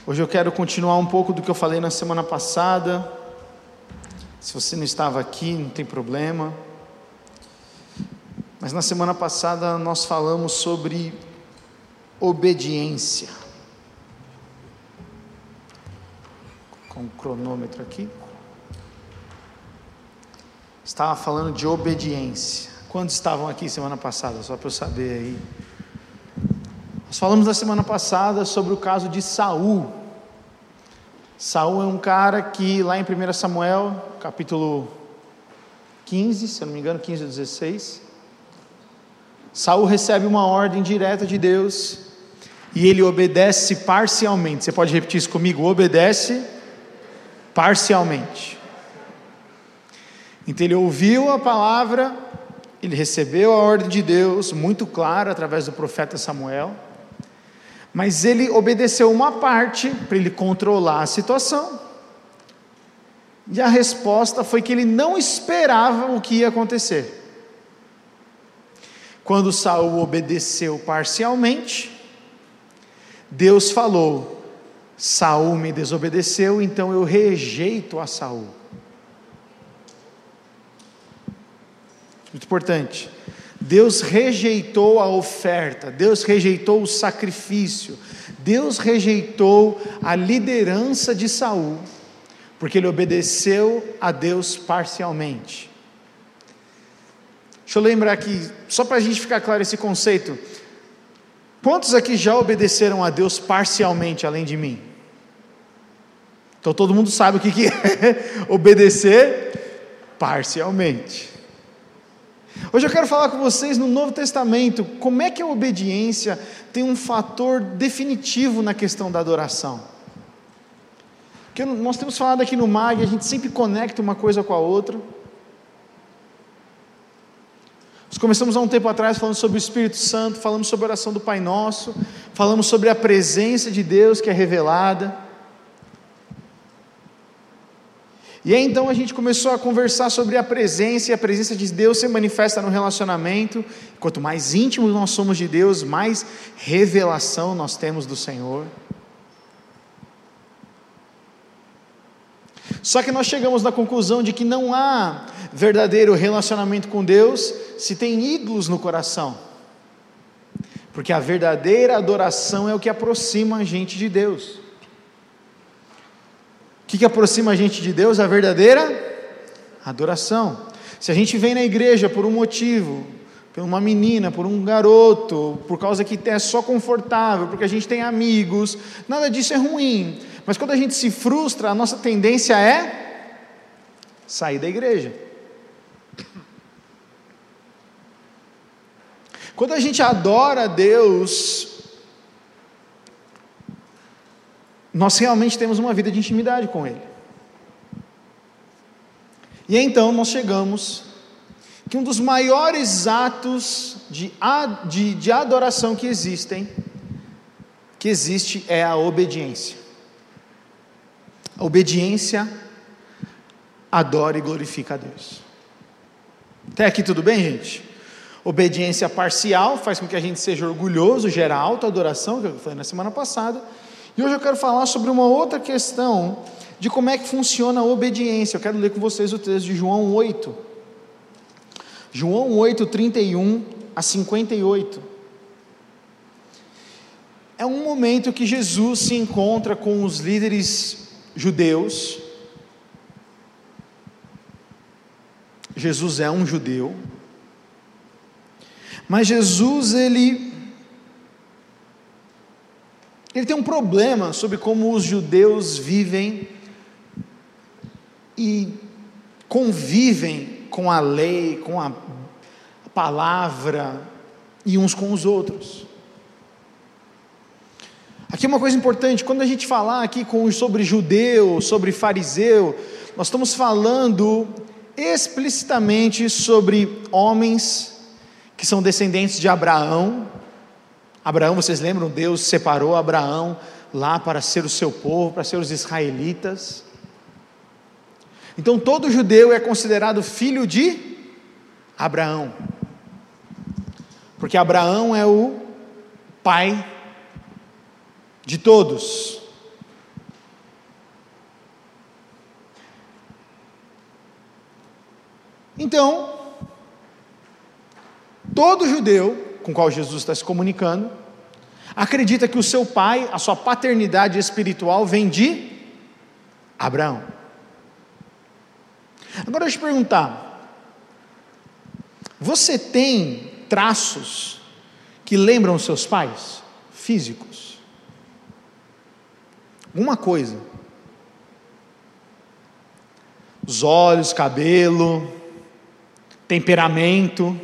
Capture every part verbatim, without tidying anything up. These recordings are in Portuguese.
Hoje eu quero continuar um pouco do que eu falei na semana passada. Se você não estava aqui, não tem problema. Mas na semana passada nós falamos sobre obediência. Com o cronômetro aqui. Estava falando de obediência. Quantos estavam aqui semana passada? Só para eu saber aí. Nós falamos na semana passada sobre o caso de Saul. Saul é um cara que lá em primeiro Samuel, capítulo quinze, se eu não me engano, quinze a dezesseis, Saul recebe uma ordem direta de Deus e ele obedece parcialmente. Você pode repetir isso comigo? Obedece parcialmente. Então ele ouviu a palavra, ele recebeu a ordem de Deus, muito clara através do profeta Samuel, mas ele obedeceu uma parte para ele controlar a situação, e a resposta foi que ele não esperava o que ia acontecer. Quando Saul obedeceu parcialmente, Deus falou: Saul me desobedeceu, então eu rejeito a Saul. Muito importante. Deus rejeitou a oferta, Deus rejeitou o sacrifício, Deus rejeitou a liderança de Saul, porque ele obedeceu a Deus parcialmente. Deixa eu lembrar aqui, só para a gente ficar claro esse conceito. Quantos aqui já obedeceram a Deus parcialmente, além de mim? Então todo mundo sabe o que que é obedecer parcialmente. Hoje eu quero falar com vocês no Novo Testamento, como é que a obediência tem um fator definitivo na questão da adoração. Porque nós temos falado aqui no M A G, a gente sempre conecta uma coisa com a outra. Nós começamos há um tempo atrás falando sobre o Espírito Santo, falamos sobre a oração do Pai Nosso, falamos sobre a presença de Deus que é revelada. E aí então a gente começou a conversar sobre a presença, e a presença de Deus se manifesta no relacionamento. Quanto mais íntimos nós somos de Deus, mais revelação nós temos do Senhor. Só que nós chegamos na conclusão de que não há verdadeiro relacionamento com Deus se tem ídolos no coração, porque a verdadeira adoração é o que aproxima a gente de Deus. O que, que aproxima a gente de Deus? A verdadeira adoração. Se a gente vem na igreja por um motivo, por uma menina, por um garoto, por causa que é só confortável, porque a gente tem amigos, nada disso é ruim, mas quando a gente se frustra, a nossa tendência é sair da igreja. Quando a gente adora a Deus, nós realmente temos uma vida de intimidade com Ele. E então nós chegamos que um dos maiores atos de, de, de adoração que existem, que existe é a obediência. A obediência adora e glorifica a Deus. Até aqui tudo bem, gente? Obediência parcial faz com que a gente seja orgulhoso, gera autoadoração, que eu falei na semana passada. E hoje eu quero falar sobre uma outra questão de como é que funciona a obediência. Eu quero ler com vocês o texto de João oito. João oito, trinta e um a cinquenta e oito. É um momento que Jesus se encontra com os líderes judeus. Jesus é um judeu. Mas Jesus, ele... Ele tem um problema sobre como os judeus vivem e convivem com a lei, com a palavra e uns com os outros. Aqui é uma coisa importante, quando a gente falar aqui com, sobre judeu, sobre fariseu, nós estamos falando explicitamente sobre homens que são descendentes de Abraão. Abraão, vocês lembram? Deus separou Abraão lá para ser o seu povo, para ser os israelitas. Então todo judeu é considerado filho de Abraão, porque Abraão é o pai de todos. Então, todo judeu com o qual Jesus está se comunicando, acredita que o seu pai, a sua paternidade espiritual vem de Abraão. Agora deixa eu te perguntar, você tem traços que lembram os seus pais? Físicos? Uma coisa. Os olhos, cabelo, temperamento.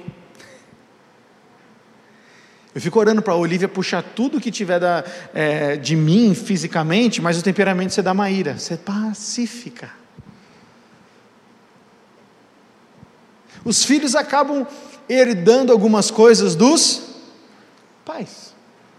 Eu fico orando para a Olivia puxar tudo que tiver da, é, de mim fisicamente, mas o temperamento você é da Maíra, você é pacífica. Os filhos acabam herdando algumas coisas dos pais.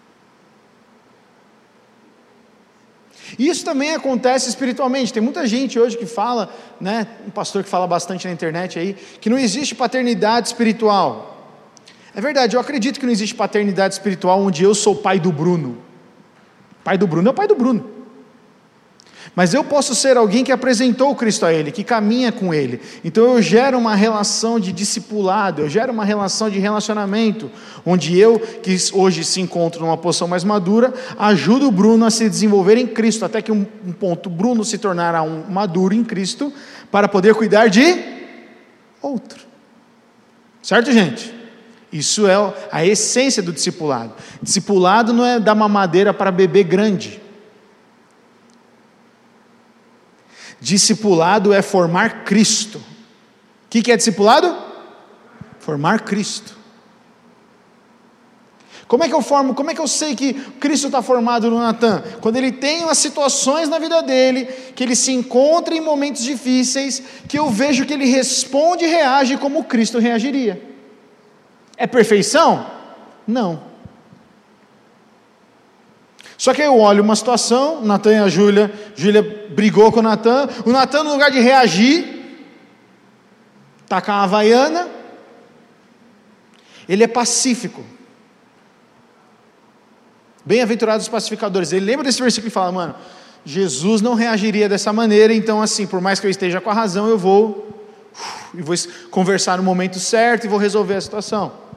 Isso também acontece espiritualmente. Tem muita gente hoje que fala, né, um pastor que fala bastante na internet aí, que não existe paternidade espiritual. É verdade, eu acredito que não existe paternidade espiritual onde eu sou pai do Bruno. Pai do Bruno é o pai do Bruno. Mas eu posso ser alguém que apresentou o Cristo a ele, que caminha com ele. Então eu gero uma relação de discipulado, eu gero uma relação de relacionamento, onde eu, que hoje se encontro numa posição mais madura, ajudo o Bruno a se desenvolver em Cristo, até que um, um ponto, Bruno se tornará um maduro em Cristo, para poder cuidar de outro. Certo, gente? Isso é a essência do discipulado. Discipulado não é dar mamadeira para bebê grande. Discipulado é formar Cristo. O que, que é discipulado? Formar Cristo. Como é que eu formo, como é que eu sei que Cristo está formado no Natan? Quando ele tem umas situações na vida dele, que ele se encontra em momentos difíceis, que eu vejo que ele responde e reage como Cristo reagiria. É perfeição? Não. Só que aí eu olho uma situação, Natan e a Júlia, Júlia brigou com o Natan, o Natan, no lugar de reagir, tacar uma havaiana, ele é pacífico. Bem-aventurados os pacificadores. Ele lembra desse versículo e fala, mano, Jesus não reagiria dessa maneira, então assim, por mais que eu esteja com a razão, eu vou, e vou conversar no momento certo e vou resolver a situação.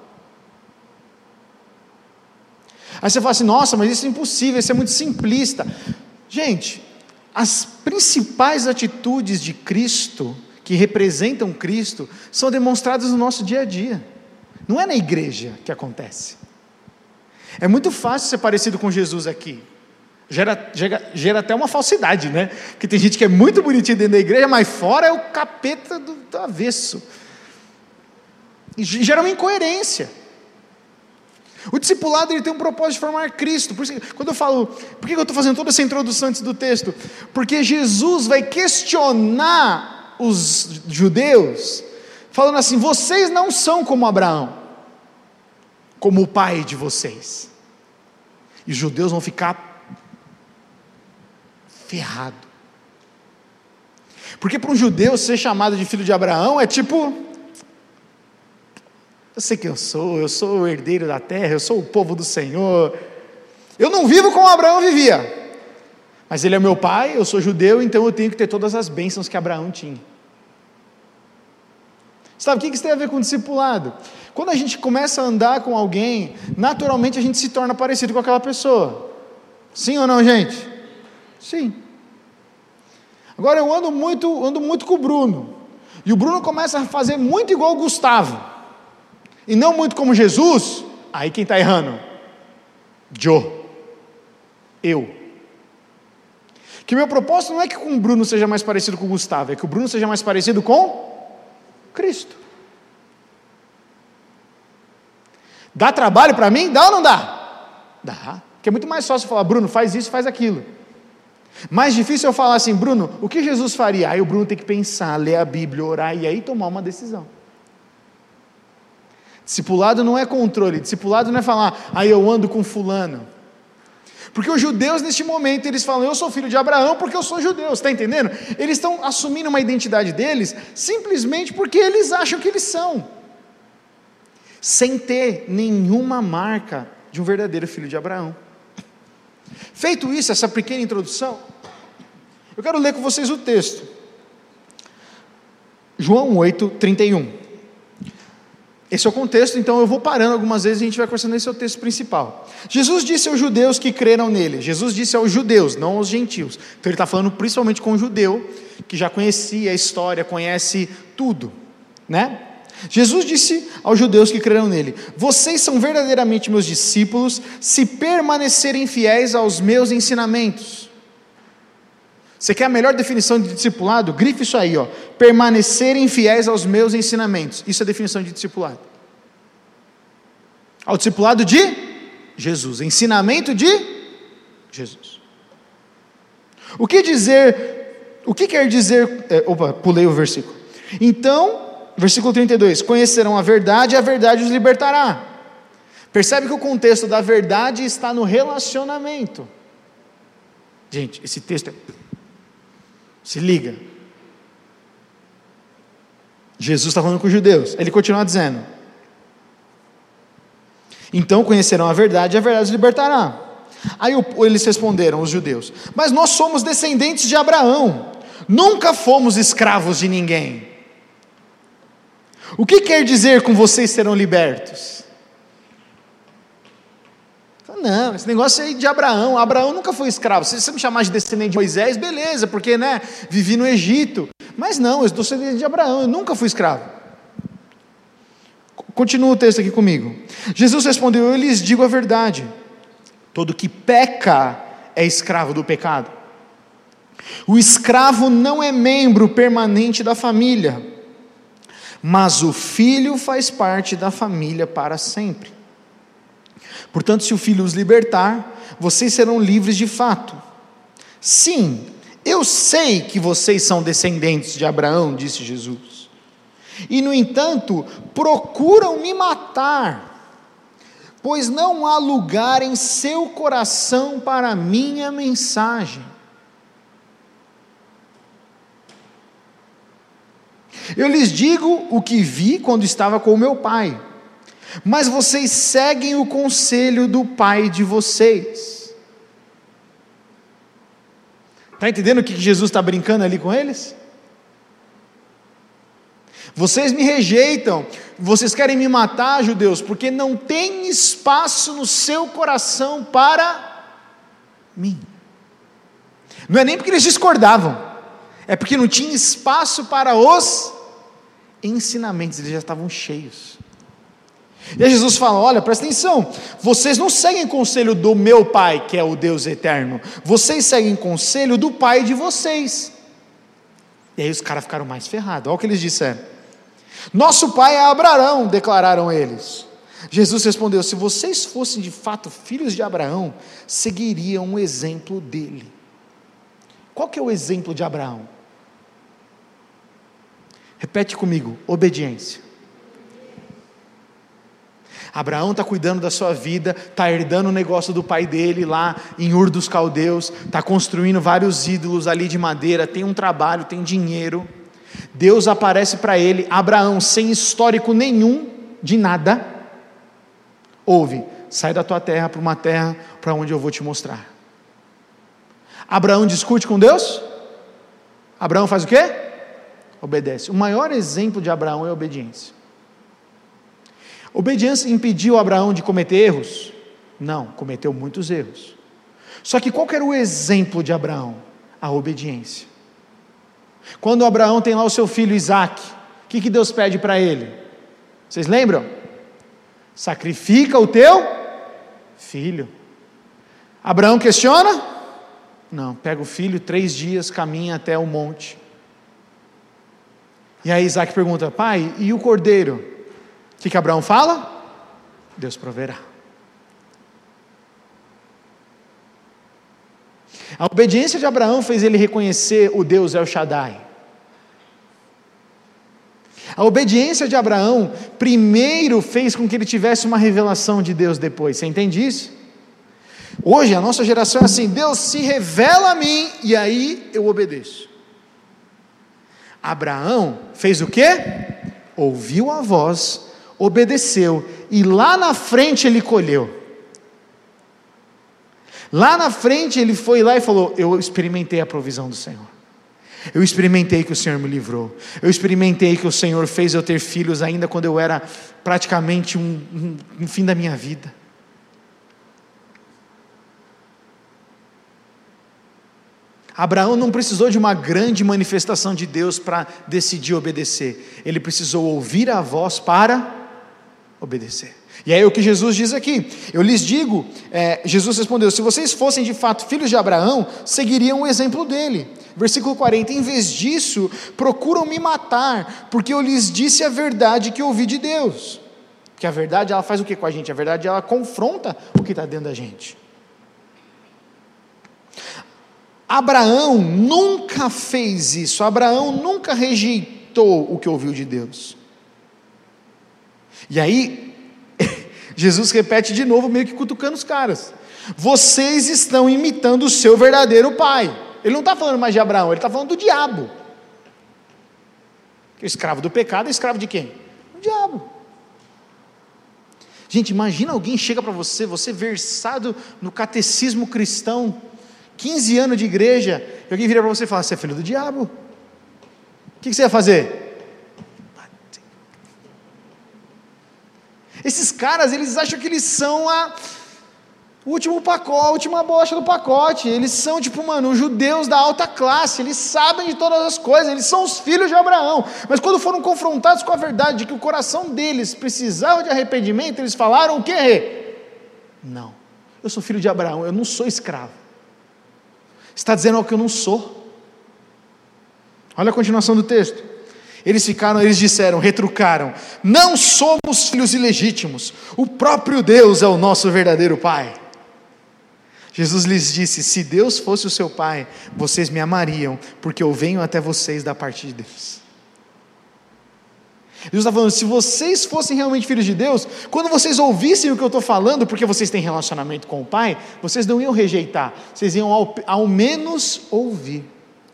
Aí você fala assim, nossa, mas isso é impossível, isso é muito simplista. Gente, as principais atitudes de Cristo, que representam Cristo, são demonstradas no nosso dia a dia. Não é na igreja que acontece. É muito fácil ser parecido com Jesus aqui. Gera, gera, gera até uma falsidade, né? Porque tem gente que é muito bonitinha dentro da igreja, mas fora é o capeta do, do avesso. E gera uma incoerência. O discipulado, ele tem um propósito de formar Cristo. Por isso, quando eu falo, por que eu estou fazendo toda essa introdução antes do texto? Porque Jesus vai questionar os judeus, falando assim, vocês não são como Abraão, como o pai de vocês. E os judeus vão ficar ferrados. Porque para um judeu ser chamado de filho de Abraão é tipo... Eu sei quem eu sou, eu sou o herdeiro da terra, eu sou o povo do Senhor. Eu não vivo como Abraão vivia, mas ele é meu pai, eu sou judeu, então eu tenho que ter todas as bênçãos que Abraão tinha. Sabe, o que isso tem a ver com discipulado? Quando a gente começa a andar com alguém, naturalmente a gente se torna parecido com aquela pessoa. Sim ou não, gente? Sim. Agora eu ando muito, ando muito com o Bruno, e o Bruno começa a fazer muito igual o Gustavo, e não muito como Jesus, aí quem está errando? Joe. Eu. Que meu propósito não é que com o Bruno seja mais parecido com o Gustavo, é que o Bruno seja mais parecido com Cristo. Dá trabalho para mim? Dá ou não dá? Dá. Porque é muito mais fácil falar, Bruno, faz isso, faz aquilo. Mais difícil eu falar assim, Bruno, o que Jesus faria? Aí o Bruno tem que pensar, ler a Bíblia, orar e aí tomar uma decisão. Discipulado não é controle, discipulado não é falar, aí eu ando com fulano. Porque os judeus neste momento, eles falam, eu sou filho de Abraão porque eu sou judeu, está entendendo? Eles estão assumindo uma identidade deles, simplesmente porque eles acham que eles são, sem ter nenhuma marca de um verdadeiro filho de Abraão. Feito isso, essa pequena introdução, eu quero ler com vocês o texto, João oito, trinta e um. Esse é o contexto, então eu vou parando algumas vezes e a gente vai conversando, esse é o texto principal. Jesus disse aos judeus que creram nele, Jesus disse aos judeus, não aos gentios, então ele está falando principalmente com o judeu, que já conhecia a história, conhece tudo, né? Jesus disse aos judeus que creram nele: vocês são verdadeiramente meus discípulos, se permanecerem fiéis aos meus ensinamentos. Você quer a melhor definição de discipulado? Grife isso aí, ó. Permanecerem fiéis aos meus ensinamentos. Isso é a definição de discipulado. Ao discipulado de Jesus. Ensinamento de Jesus. O que dizer, o que quer dizer, é, opa, pulei o versículo. Então, versículo trinta e dois, conhecerão a verdade e a verdade os libertará. Percebe que o contexto da verdade está no relacionamento. Gente, esse texto é... se liga. Jesus está falando com os judeus. Ele continua dizendo: então conhecerão a verdade e a verdade os libertará. Aí eles responderam, os judeus: mas nós somos descendentes de Abraão, nunca fomos escravos de ninguém. O que quer dizer com vocês serão libertos? Não, esse negócio aí de Abraão, Abraão nunca foi escravo. Se você me chamar de descendente de Moisés, beleza, porque, né, vivi no Egito. Mas não, eu sou descendente de Abraão, eu nunca fui escravo. Continua o texto aqui comigo. Jesus respondeu: eu lhes digo a verdade, todo que peca é escravo do pecado. O escravo não é membro permanente da família, mas o filho faz parte da família para sempre. Portanto, se o Filho os libertar, vocês serão livres de fato. Sim, eu sei que vocês são descendentes de Abraão, disse Jesus. E, no entanto, procuram me matar, pois não há lugar em seu coração para a minha mensagem. Eu lhes digo o que vi quando estava com o meu pai, mas vocês seguem o conselho do pai de vocês. Está entendendo o que Jesus está brincando ali com eles? Vocês me rejeitam, vocês querem me matar, judeus, porque não tem espaço no seu coração para mim. Não é nem porque eles discordavam, é porque não tinha espaço para os ensinamentos, eles já estavam cheios. E aí Jesus fala: olha, presta atenção, vocês não seguem conselho do meu pai, que é o Deus eterno, vocês seguem conselho do pai de vocês. E aí os caras ficaram mais ferrados. Olha o que eles disseram: nosso pai é Abraão, declararam eles. Jesus respondeu: se vocês fossem de fato filhos de Abraão, seguiriam o exemplo dele. Qual que é o exemplo de Abraão? Repete comigo: obediência. Abraão está cuidando da sua vida, está herdando o negócio do pai dele lá em Ur dos Caldeus, está construindo vários ídolos ali de madeira, tem um trabalho, tem dinheiro. Deus aparece para ele, Abraão, sem histórico nenhum de nada, ouve: sai da tua terra para uma terra para onde eu vou te mostrar. Abraão discute com Deus? Abraão faz o quê? Obedece. O maior exemplo de Abraão é a obediência. Obediência impediu Abraão de cometer erros? Não, cometeu muitos erros. Só que qual que era o exemplo de Abraão? A obediência. Quando Abraão tem lá o seu filho Isaque, o que, que Deus pede para ele? Vocês lembram? Sacrifica o teu filho. Abraão questiona? Não, pega o filho, três dias, caminha até o monte. E aí Isaque pergunta: pai, e o cordeiro? O que, que Abraão fala? Deus proverá. A obediência de Abraão fez ele reconhecer o Deus El Shaddai. A obediência de Abraão primeiro fez com que ele tivesse uma revelação de Deus depois. Você entende isso? Hoje a nossa geração é assim: Deus se revela a mim e aí eu obedeço. Abraão fez o quê? Ouviu a voz, obedeceu, e lá na frente ele colheu. Lá na frente ele foi lá e falou: eu experimentei a provisão do Senhor. Eu experimentei que o Senhor me livrou. Eu experimentei que o Senhor fez eu ter filhos ainda quando eu era praticamente um, um, um fim da minha vida. Abraão não precisou de uma grande manifestação de Deus para decidir obedecer. Ele precisou ouvir a voz para obedecer. E é o que Jesus diz aqui. Eu lhes digo, é, Jesus respondeu, se vocês fossem de fato filhos de Abraão, seguiriam o exemplo dele. Versículo quarenta, em vez disso, procuram me matar, porque eu lhes disse a verdade que ouvi de Deus. Porque a verdade, ela faz o que com a gente? A verdade, ela confronta o que está dentro da gente. Abraão nunca fez isso. Abraão nunca rejeitou o que ouviu de Deus. E aí, Jesus repete de novo, meio que cutucando os caras. Vocês estão imitando o seu verdadeiro pai. Ele não está falando mais de Abraão, ele está falando do diabo. O escravo do pecado é escravo de quem? O diabo. Gente, imagina alguém chega para você, você versado no catecismo cristão, quinze anos de igreja, e alguém vira para você e fala, você é filho do diabo. O que você ia fazer? Esses caras, eles acham que eles são a, o último pacote, a última bolacha do pacote. Eles são tipo, mano, os judeus da alta classe. Eles sabem de todas as coisas. Eles são os filhos de Abraão. Mas quando foram confrontados com a verdade de que o coração deles precisava de arrependimento, eles falaram o quê? Não, eu sou filho de Abraão, eu não sou escravo. Você está dizendo algo que eu não sou. Olha a continuação do texto. Eles ficaram, eles disseram, retrucaram, não somos filhos ilegítimos, o próprio Deus é o nosso verdadeiro pai. Jesus lhes disse, se Deus fosse o seu pai, vocês me amariam, porque eu venho até vocês da parte de Deus. Jesus está falando, se vocês fossem realmente filhos de Deus, quando vocês ouvissem o que eu estou falando, porque vocês têm relacionamento com o pai, vocês não iam rejeitar, vocês iam ao, ao menos ouvir.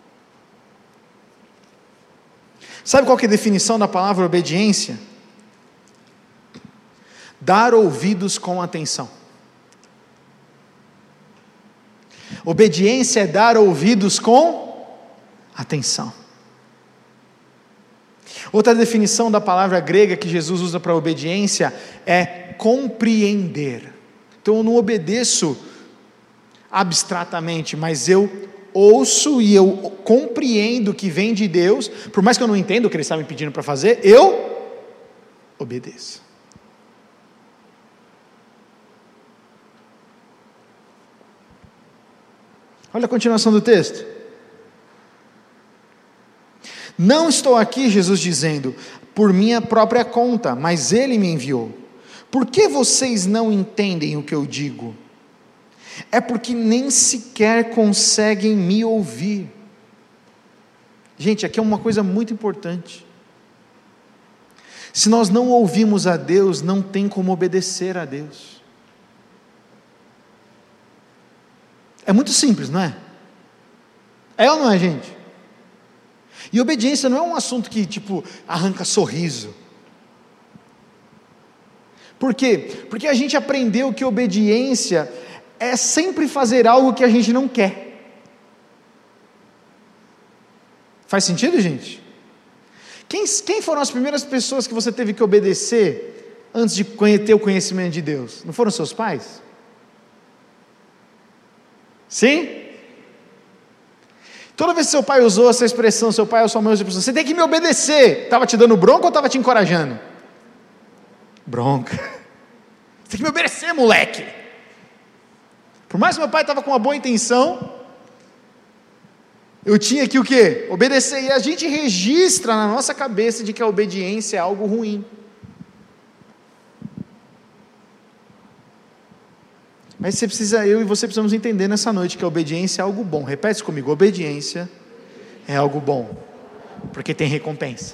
Sabe qual que é a definição da palavra obediência? Dar ouvidos com atenção. Obediência é dar ouvidos com atenção. Outra definição da palavra grega que Jesus usa para obediência é compreender. Então eu não obedeço abstratamente, mas eu ouço e eu compreendo que vem de Deus, por mais que eu não entenda o que Ele está me pedindo para fazer, eu obedeço. Olha a continuação do texto. Não estou aqui, Jesus dizendo, por minha própria conta, mas Ele me enviou. Por que vocês não entendem o que eu digo? É porque nem sequer conseguem me ouvir. Gente, aqui é uma coisa muito importante. Se nós não ouvimos a Deus, não tem como obedecer a Deus. É muito simples, não é? É ou não é, gente? E obediência não é um assunto que, tipo, arranca sorriso. Por quê? Porque a gente aprendeu que obediência é sempre fazer algo que a gente não quer. Faz sentido, gente? Quem, quem foram as primeiras pessoas que você teve que obedecer antes de ter o conhecimento de Deus? Não foram seus pais? Sim? Toda vez que seu pai usou essa expressão, seu pai ou sua mãe usou a expressão, você tem que me obedecer, estava te dando bronca ou estava te encorajando? Bronca. Você tem que me obedecer, moleque. Por mais que meu pai estava com uma boa intenção, eu tinha que o quê? Obedecer. E a gente registra na nossa cabeça de que a obediência é algo ruim. Mas você precisa, eu e você precisamos entender nessa noite que a obediência é algo bom. Repete comigo, obediência é algo bom, porque tem recompensa.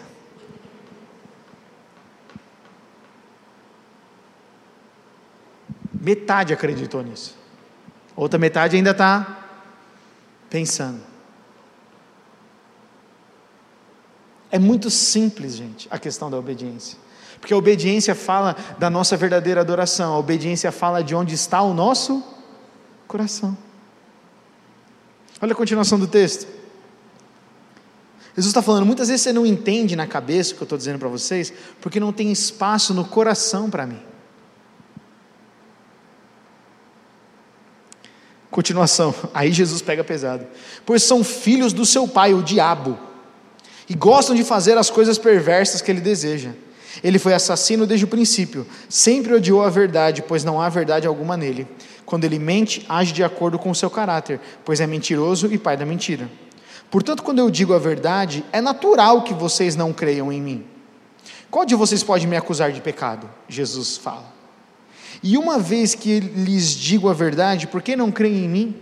Metade acreditou nisso. Outra metade ainda está pensando. É muito simples, gente, a questão da obediência. Porque a obediência fala da nossa verdadeira adoração. A obediência fala de onde está o nosso coração. Olha a continuação do texto. Jesus está falando, muitas vezes você não entende na cabeça o que eu estou dizendo para vocês, porque não tem espaço no coração para mim. Continuação, aí Jesus pega pesado. Pois são filhos do seu pai, o diabo, e gostam de fazer as coisas perversas que ele deseja. Ele foi assassino desde o princípio, sempre odiou a verdade, pois não há verdade alguma nele. Quando ele mente, age de acordo com o seu caráter, pois é mentiroso e pai da mentira. Portanto, quando eu digo a verdade, é natural que vocês não creiam em mim. Qual de vocês pode me acusar de pecado? Jesus fala. E uma vez que lhes digo a verdade, por que não creem em mim?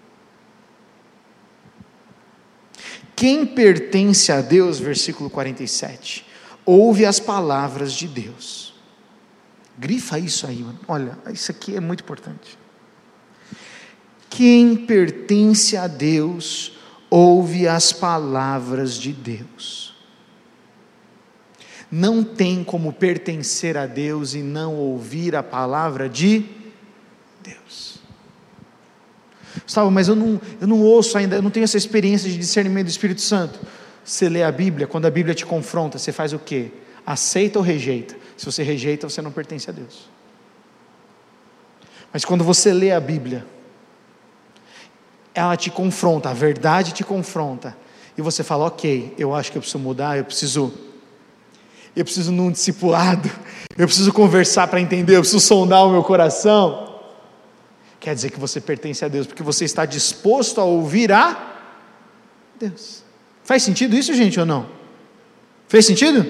Quem pertence a Deus, versículo quarenta e sete, ouve as palavras de Deus. Grifa isso aí, mano. Olha, isso aqui é muito importante. Quem pertence a Deus, ouve as palavras de Deus. Não tem como pertencer a Deus e não ouvir a palavra de Deus. Gustavo, mas eu não, eu não ouço ainda, eu não tenho essa experiência de discernimento do Espírito Santo. Você lê a Bíblia, quando a Bíblia te confronta, você faz o quê? Aceita ou rejeita? Se você rejeita, você não pertence a Deus. Mas quando você lê a Bíblia, ela te confronta, a verdade te confronta, e você fala, ok, eu acho que eu preciso mudar, eu preciso... eu preciso num discipulado, eu preciso conversar para entender, eu preciso sondar o meu coração, quer dizer que você pertence a Deus, porque você está disposto a ouvir a Deus. Faz sentido isso, gente, ou não? Fez sentido?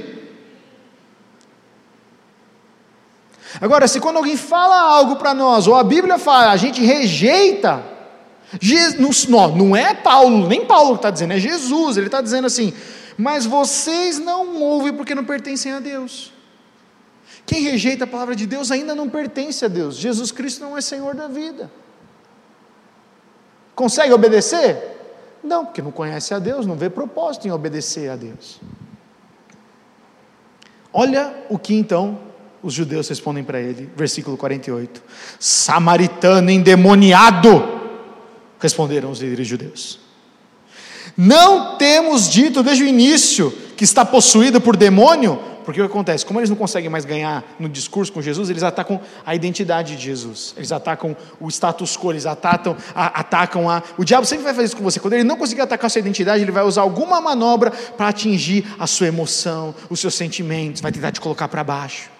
Agora, se quando alguém fala algo para nós, ou a Bíblia fala, a gente rejeita, Jesus, não, não é Paulo, nem Paulo que está dizendo, é Jesus, ele está dizendo assim, mas vocês não ouvem porque não pertencem a Deus. Quem rejeita a palavra de Deus ainda não pertence a Deus. Jesus Cristo não é Senhor da vida. Consegue obedecer? Não, porque não conhece a Deus, não vê propósito em obedecer a Deus. Olha o que então os judeus respondem para ele, versículo quarenta e oito. Samaritano endemoniado, responderam os líderes judeus. Não temos dito desde o início que está possuído por demônio? Porque o que acontece? Como eles não conseguem mais ganhar no discurso com Jesus, eles atacam a identidade de Jesus, eles atacam o status quo, eles atacam a, atacam a... O diabo sempre vai fazer isso com você, quando ele não conseguir atacar a sua identidade, ele vai usar alguma manobra para atingir a sua emoção, os seus sentimentos, vai tentar te colocar para baixo.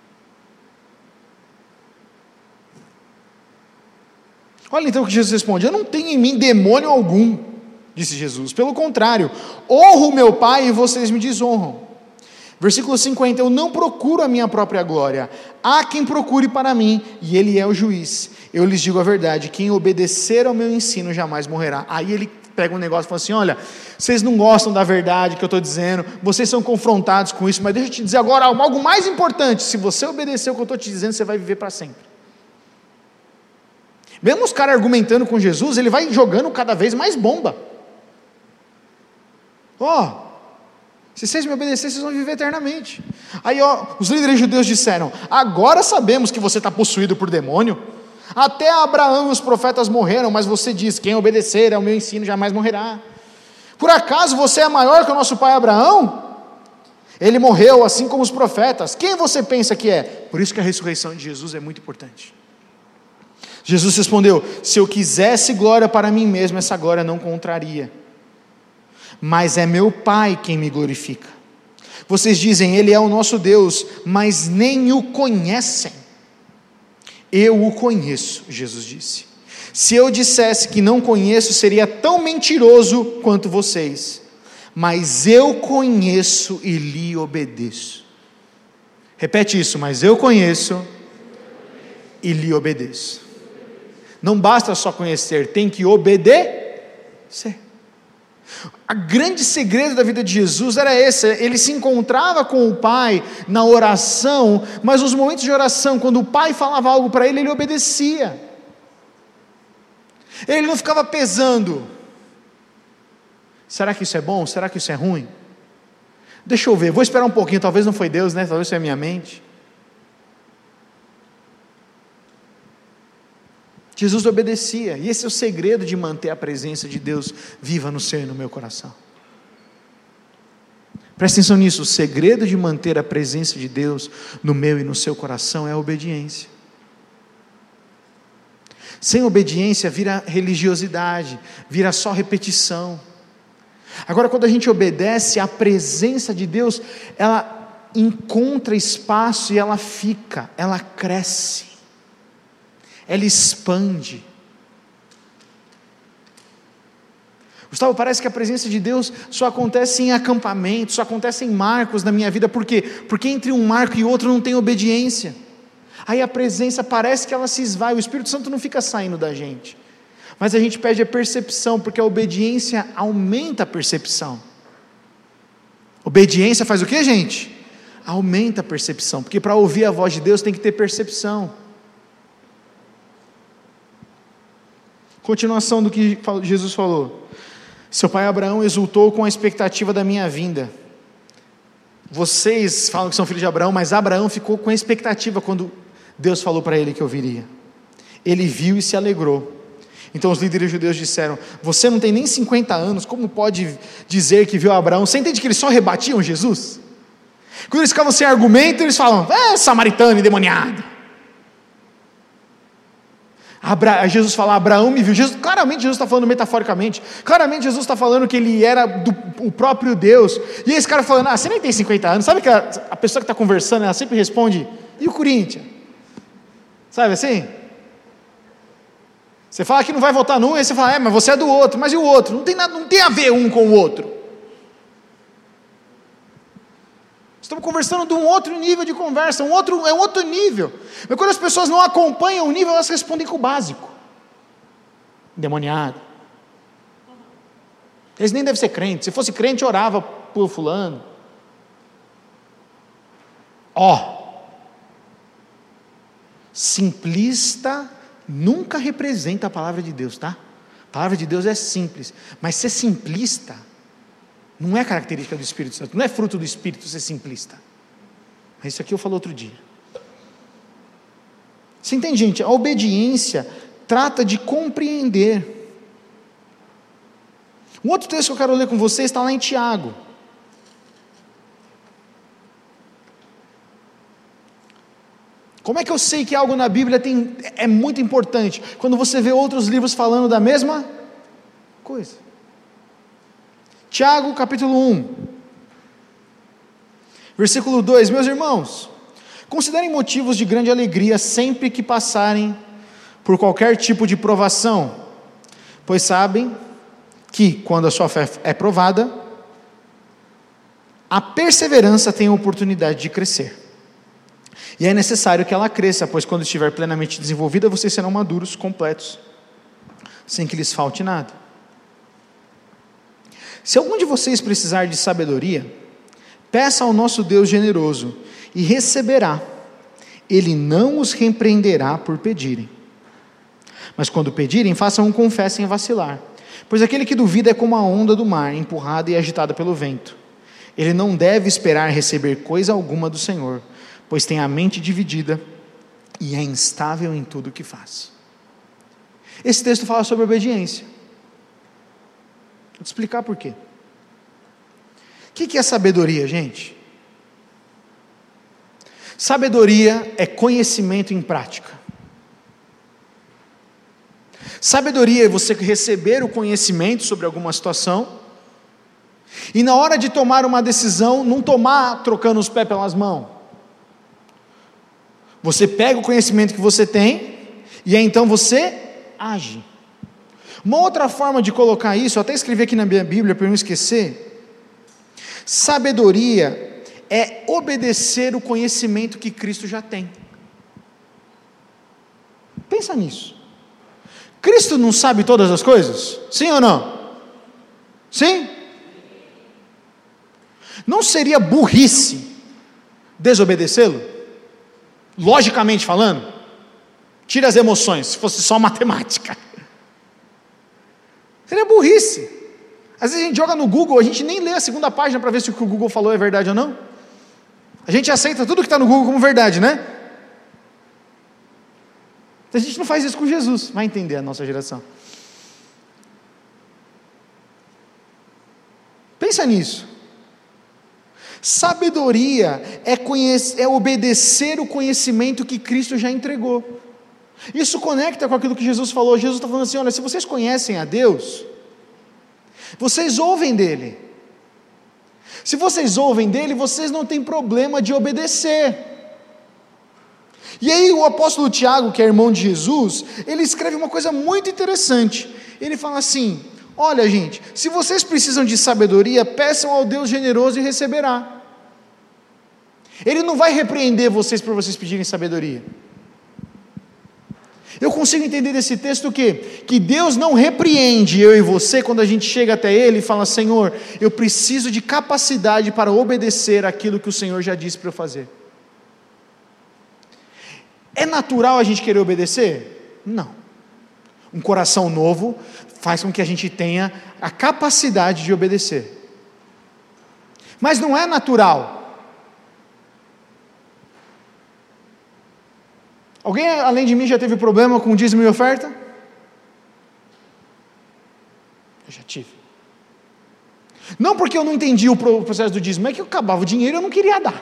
Olha então o que Jesus responde, eu não tenho em mim demônio algum, disse Jesus, pelo contrário, honro meu Pai e vocês me desonram. Versículo cinquenta, eu não procuro a minha própria glória, há quem procure para mim, e ele é o juiz. Eu lhes digo a verdade, quem obedecer ao meu ensino jamais morrerá. Aí ele pega um negócio e fala assim, olha, vocês não gostam da verdade que eu estou dizendo, vocês são confrontados com isso, mas deixa eu te dizer agora algo mais importante, se você obedecer o que eu estou te dizendo, você vai viver para sempre. Mesmo os caras argumentando com Jesus, ele vai jogando cada vez mais bomba. Ó, oh, se vocês me obedecerem, vocês vão viver eternamente. Aí ó, os líderes judeus disseram, agora sabemos que você está possuído por demônio, até Abraão e os profetas morreram, mas você diz, quem obedecer ao meu ensino jamais morrerá. Por acaso você é maior que o nosso pai Abraão? Ele morreu assim como os profetas, quem você pensa que é? Por isso que a ressurreição de Jesus é muito importante. Jesus respondeu, se eu quisesse glória para mim mesmo, essa glória não contraria, mas é meu Pai quem me glorifica. Vocês dizem, Ele é o nosso Deus, mas nem o conhecem. Eu o conheço, Jesus disse. Se eu dissesse que não conheço, seria tão mentiroso quanto vocês, mas eu conheço e lhe obedeço. Repete isso, mas eu conheço e lhe obedeço. Não basta só conhecer, tem que obedecer. O grande segredo da vida de Jesus era esse, ele se encontrava com o Pai na oração, mas nos momentos de oração, quando o Pai falava algo para ele, ele obedecia. Ele não ficava pesando, será que isso é bom? Será que isso é ruim? Deixa eu ver, vou esperar um pouquinho, talvez não foi Deus, né? Talvez foi a minha mente. Jesus obedecia, e esse é o segredo de manter a presença de Deus viva no seu e no meu coração. Presta atenção nisso, o segredo de manter a presença de Deus no meu e no seu coração é a obediência. Sem obediência vira religiosidade, vira só repetição. Agora, quando a gente obedece, a presença de Deus, ela encontra espaço e ela fica, ela cresce, ela expande. Gustavo, parece que a presença de Deus só acontece em acampamento, só acontece em marcos na minha vida. Por quê? Porque entre um marco e outro não tem obediência. Aí a presença parece que ela se esvai, o Espírito Santo não fica saindo da gente. Mas a gente pede a percepção, porque a obediência aumenta a percepção. Obediência faz o quê, gente? Aumenta a percepção, porque para ouvir a voz de Deus tem que ter percepção. Continuação do que Jesus falou. Seu pai Abraão exultou com a expectativa da minha vinda. Vocês falam que são filhos de Abraão, mas Abraão ficou com a expectativa quando Deus falou para ele que eu viria. Ele viu e se alegrou. Então os líderes judeus disseram: você não tem nem cinquenta anos, como pode dizer que viu Abraão? Você entende que eles só rebatiam Jesus? Quando eles ficavam sem argumento, eles falam: é samaritano endemoniado. Abra... Jesus fala: Abraão me viu. Jesus... Claramente Jesus está falando metaforicamente. Claramente Jesus está falando que ele era do... o próprio Deus. E esse cara falando: ah, você nem tem cinquenta anos. Sabe que a, a pessoa que está conversando, ela sempre responde: e o Corinthians? Sabe assim? Você fala que não vai votar num, aí você fala: é, mas você é do outro. Mas e o outro? Não tem nada, não tem a ver um com o outro. Estamos conversando de um outro nível de conversa, um outro, é um outro nível. Mas quando as pessoas não acompanham o nível, elas respondem com o básico. Endemoniado. Eles nem devem ser crentes. Se fosse crente, orava por fulano. Ó. Oh. Simplista nunca representa a palavra de Deus, tá? A palavra de Deus é simples. Mas ser simplista não é característica do Espírito Santo, não é fruto do Espírito ser simplista. Mas isso aqui eu falo outro dia. Você entende, gente? A obediência trata de compreender. Um outro texto que eu quero ler com vocês está lá em Tiago. Como é que eu sei que algo na Bíblia tem, é muito importante? Quando você vê outros livros falando da mesma coisa. Tiago capítulo um, versículo dois, meus irmãos, considerem motivos de grande alegria sempre que passarem por qualquer tipo de provação, pois sabem que quando a sua fé é provada, a perseverança tem a oportunidade de crescer, e é necessário que ela cresça, pois quando estiver plenamente desenvolvida, vocês serão maduros, completos, sem que lhes falte nada. Se algum de vocês precisar de sabedoria, peça ao nosso Deus generoso, e receberá. Ele não os repreenderá por pedirem. Mas quando pedirem, façam um confesso sem vacilar. Pois aquele que duvida é como a onda do mar, empurrada e agitada pelo vento. Ele não deve esperar receber coisa alguma do Senhor, pois tem a mente dividida e é instável em tudo o que faz. Esse texto fala sobre obediência. Vou te explicar por quê. O que é sabedoria, gente? Sabedoria é conhecimento em prática. Sabedoria é você receber o conhecimento sobre alguma situação, e na hora de tomar uma decisão, não tomar trocando os pés pelas mãos. Você pega o conhecimento que você tem, e aí então você age. Uma outra forma de colocar isso, eu até escrevi aqui na minha Bíblia para não esquecer. Sabedoria é obedecer o conhecimento que Cristo já tem. Pensa nisso. Cristo não sabe todas as coisas? Sim ou não? Sim? Não seria burrice desobedecê-lo? Logicamente falando? Tira as emoções, se fosse só matemática. Seria burrice. Às vezes a gente joga no Google, a gente nem lê a segunda página para ver se o que o Google falou é verdade ou não. A gente aceita tudo que está no Google como verdade, né? A gente não faz isso com Jesus, vai entender a nossa geração. Pensa nisso. Sabedoria é, conhecer, é obedecer o conhecimento que Cristo já entregou. Isso conecta com aquilo que Jesus falou. Jesus está falando assim: olha, se vocês conhecem a Deus, vocês ouvem dele. Se vocês ouvem dele, vocês não têm problema de obedecer. E aí o apóstolo Tiago, que é irmão de Jesus, ele escreve uma coisa muito interessante. Ele fala assim: olha, gente, se vocês precisam de sabedoria, peçam ao Deus generoso e receberá. Ele não vai repreender vocês por vocês pedirem sabedoria. Eu consigo entender desse texto o quê? Que Deus não repreende eu e você quando a gente chega até Ele e fala: Senhor, eu preciso de capacidade para obedecer aquilo que o Senhor já disse para eu fazer. É natural a gente querer obedecer? Não. Um coração novo faz com que a gente tenha a capacidade de obedecer. Mas não é natural. Alguém além de mim já teve problema com dízimo e oferta? Eu já tive. Não porque eu não entendi o processo do dízimo, é que eu acabava o dinheiro e eu não queria dar.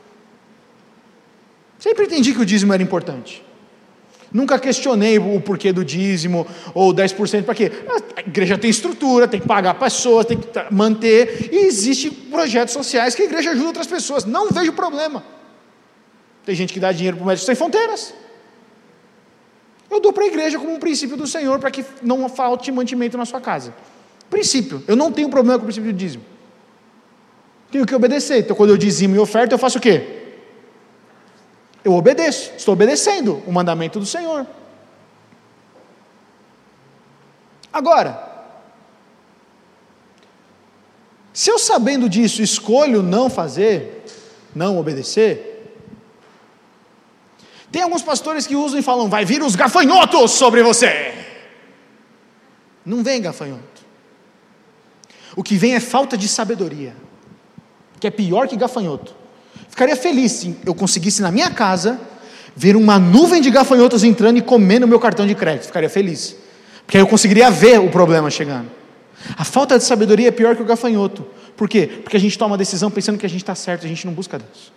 Sempre entendi que o dízimo era importante. Nunca questionei o porquê do dízimo, ou dez por cento para quê? A igreja tem estrutura, tem que pagar pessoas, tem que manter, e existem projetos sociais que a igreja ajuda outras pessoas, não vejo problema. Tem gente que dá dinheiro para o Médicos Sem Fronteiras. Eu dou para a igreja como um princípio do Senhor, para que não falte mantimento na sua casa. Princípio, eu não tenho problema com o princípio do dízimo. Tenho que obedecer, então quando eu dizimo e oferta, eu faço o quê? Eu obedeço, estou obedecendo o mandamento do Senhor. Agora, se eu sabendo disso escolho não fazer, não obedecer, tem alguns pastores que usam e falam: vai vir os gafanhotos sobre você. Não vem gafanhoto. O que vem é falta de sabedoria, que é pior que gafanhoto. Ficaria feliz se eu conseguisse na minha casa ver uma nuvem de gafanhotos entrando e comendo o meu cartão de crédito. Ficaria feliz, porque aí eu conseguiria ver o problema chegando. A falta de sabedoria é pior que o gafanhoto. Por quê? Porque a gente toma a decisão pensando que a gente está certo, a gente não busca Deus.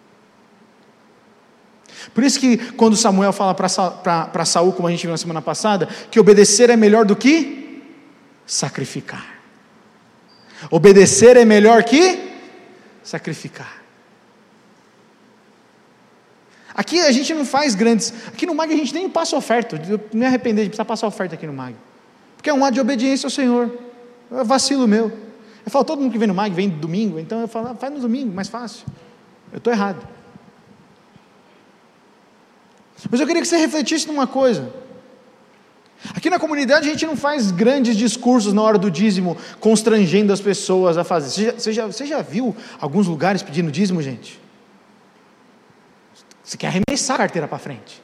Por isso que quando Samuel fala para Saul, como a gente viu na semana passada, que obedecer é melhor do que sacrificar. Obedecer é melhor que sacrificar. Aqui a gente não faz grandes... Aqui no M A G a gente nem passa oferta. Eu me arrepender de precisar passar oferta aqui no M A G. Porque é um ato de obediência ao Senhor. É vacilo meu. Eu falo, todo mundo que vem no M A G vem domingo, então eu falo, faz no domingo, mais fácil. Eu estou errado. Mas eu queria que você refletisse numa coisa. Aqui na comunidade a gente não faz grandes discursos na hora do dízimo, constrangendo as pessoas a fazer. Você já, você já, você já viu alguns lugares pedindo dízimo, gente? Você quer arremessar a carteira para frente.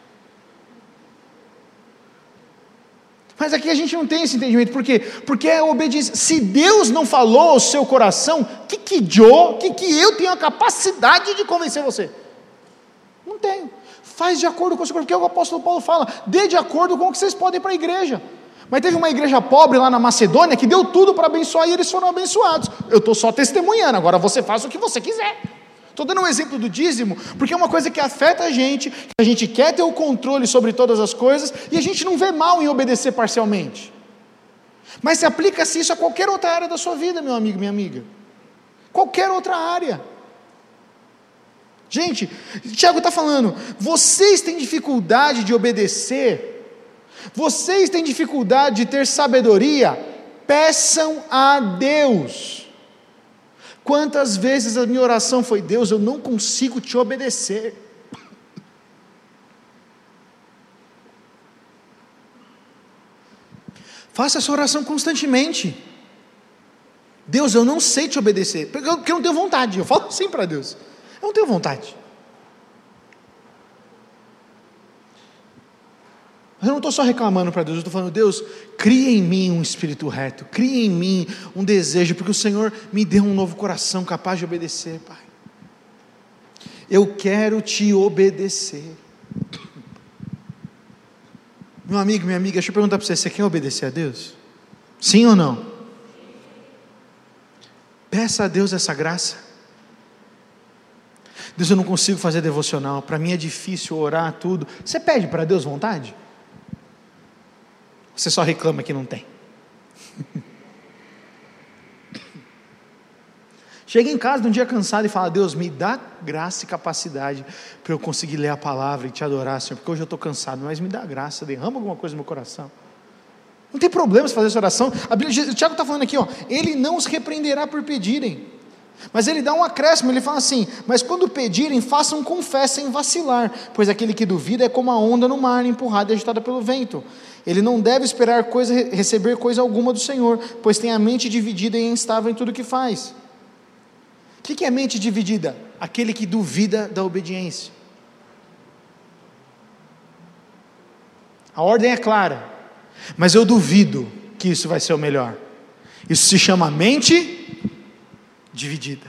Mas aqui a gente não tem esse entendimento. Por quê? Porque é obediência. Se Deus não falou ao seu coração, que que eu, que que eu tenho a capacidade de convencer você? Não tenho. Faz de acordo com o seu coração. Porque o apóstolo Paulo fala, dê de acordo com o que vocês podem para a igreja. Mas teve uma igreja pobre lá na Macedônia que deu tudo para abençoar e eles foram abençoados. Eu estou só testemunhando, agora você faz o que você quiser. Estou dando um exemplo do dízimo, porque é uma coisa que afeta a gente, a gente quer ter o controle sobre todas as coisas, e a gente não vê mal em obedecer parcialmente. Mas se aplica-se isso a qualquer outra área da sua vida, meu amigo, minha amiga. Qualquer outra área. Gente, Tiago está falando, vocês têm dificuldade de obedecer, vocês têm dificuldade de ter sabedoria, peçam a Deus. Quantas vezes a minha oração foi: Deus, eu não consigo te obedecer. Faça essa oração constantemente. Deus, eu não sei te obedecer, porque eu, porque eu não tenho vontade. Eu falo assim para Deus: eu não tenho vontade. Eu não estou só reclamando para Deus, eu estou falando: Deus, cria em mim um espírito reto, cria em mim um desejo, porque o Senhor me deu um novo coração capaz de obedecer, Pai. Eu quero te obedecer. Meu amigo, minha amiga, deixa eu perguntar para você: você quer obedecer a Deus? Sim ou não? Peça a Deus essa graça. Deus, eu não consigo fazer devocional, para mim é difícil orar, tudo. Você pede para Deus vontade? Você só reclama que não tem? Chega em casa um dia cansado e fala: Deus, me dá graça e capacidade para eu conseguir ler a palavra e te adorar, Senhor, porque hoje eu estou cansado, mas me dá graça, derrama alguma coisa no meu coração. Não tem problema fazer essa oração. A Bíblia, o Tiago está falando aqui, ó, ele não os repreenderá por pedirem, mas ele dá um acréscimo, ele fala assim: mas quando pedirem, façam com fé sem vacilar, pois aquele que duvida é como a onda no mar, empurrada e agitada pelo vento. Ele não deve esperar coisa, receber coisa alguma do Senhor, pois tem a mente dividida e instável em tudo que faz. O que é mente dividida? Aquele que duvida da obediência. A ordem é clara, mas eu duvido que isso vai ser o melhor. Isso se chama mente dividida.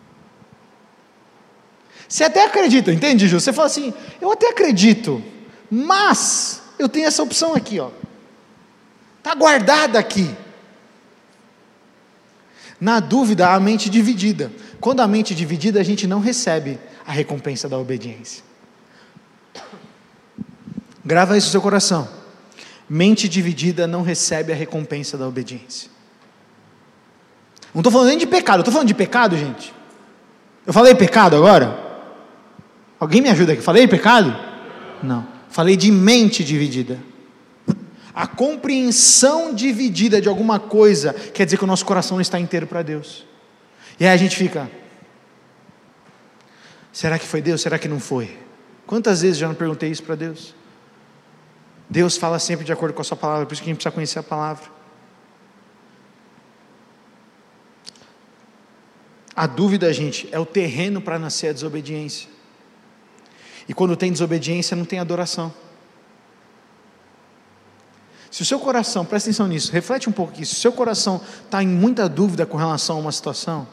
Você até acredita, entende, Ju? Você fala assim: eu até acredito, mas eu tenho essa opção aqui, ó. Está guardada aqui. Na dúvida, a mente dividida. Quando a mente dividida, a gente não recebe a recompensa da obediência. Grava isso no seu coração. Mente dividida não recebe a recompensa da obediência. Não estou falando nem de pecado, estou falando de pecado, gente. Eu falei pecado agora? Alguém me ajuda aqui? Falei pecado? Não. Falei de mente dividida. A compreensão dividida de alguma coisa quer dizer que o nosso coração não está inteiro para Deus. E aí a gente fica: será que foi Deus? Será que não foi? Quantas vezes já não perguntei isso para Deus? Deus fala sempre de acordo com a sua palavra, por isso que a gente precisa conhecer a palavra. A dúvida, gente, é o terreno para nascer a desobediência. E quando tem desobediência, não tem adoração. Se o seu coração, presta atenção nisso, reflete um pouco aqui, se o seu coração está em muita dúvida com relação a uma situação,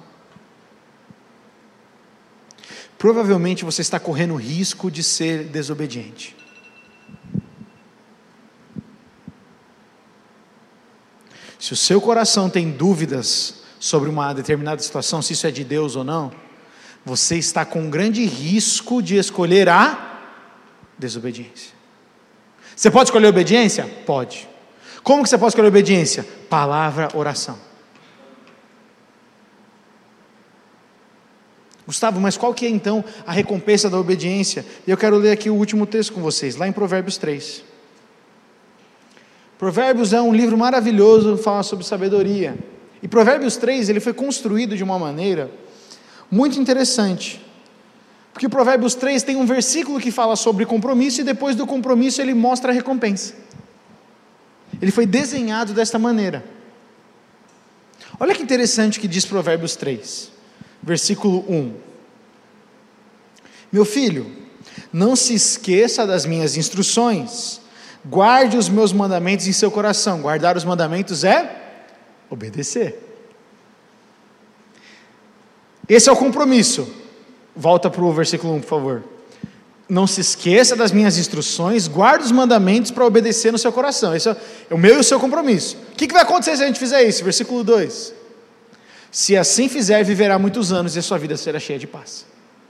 provavelmente você está correndo risco de ser desobediente. Se o seu coração tem dúvidas sobre uma determinada situação, se isso é de Deus ou não, você está com um grande risco de escolher a desobediência. Você pode escolher obediência? Pode. Como que você pode escolher obediência? Palavra, oração. Gustavo, mas qual que é então a recompensa da obediência? E eu quero ler aqui o último texto com vocês, lá em Provérbios três. Provérbios é um livro maravilhoso, fala sobre sabedoria. E Provérbios três, ele foi construído de uma maneira muito interessante. Porque o Provérbios três tem um versículo que fala sobre compromisso, e depois do compromisso ele mostra a recompensa. Ele foi desenhado desta maneira. Olha que interessante que diz Provérbios três, versículo um. Meu filho, não se esqueça das minhas instruções, guarde os meus mandamentos em seu coração. Guardar os mandamentos é obedecer. Esse é o compromisso. Volta para o versículo um, por favor. Não se esqueça das minhas instruções, guarde os mandamentos para obedecer no seu coração. Esse é o meu e o seu compromisso. O que vai acontecer se a gente fizer isso? Versículo dois. Se assim fizer, viverá muitos anos e a sua vida será cheia de paz.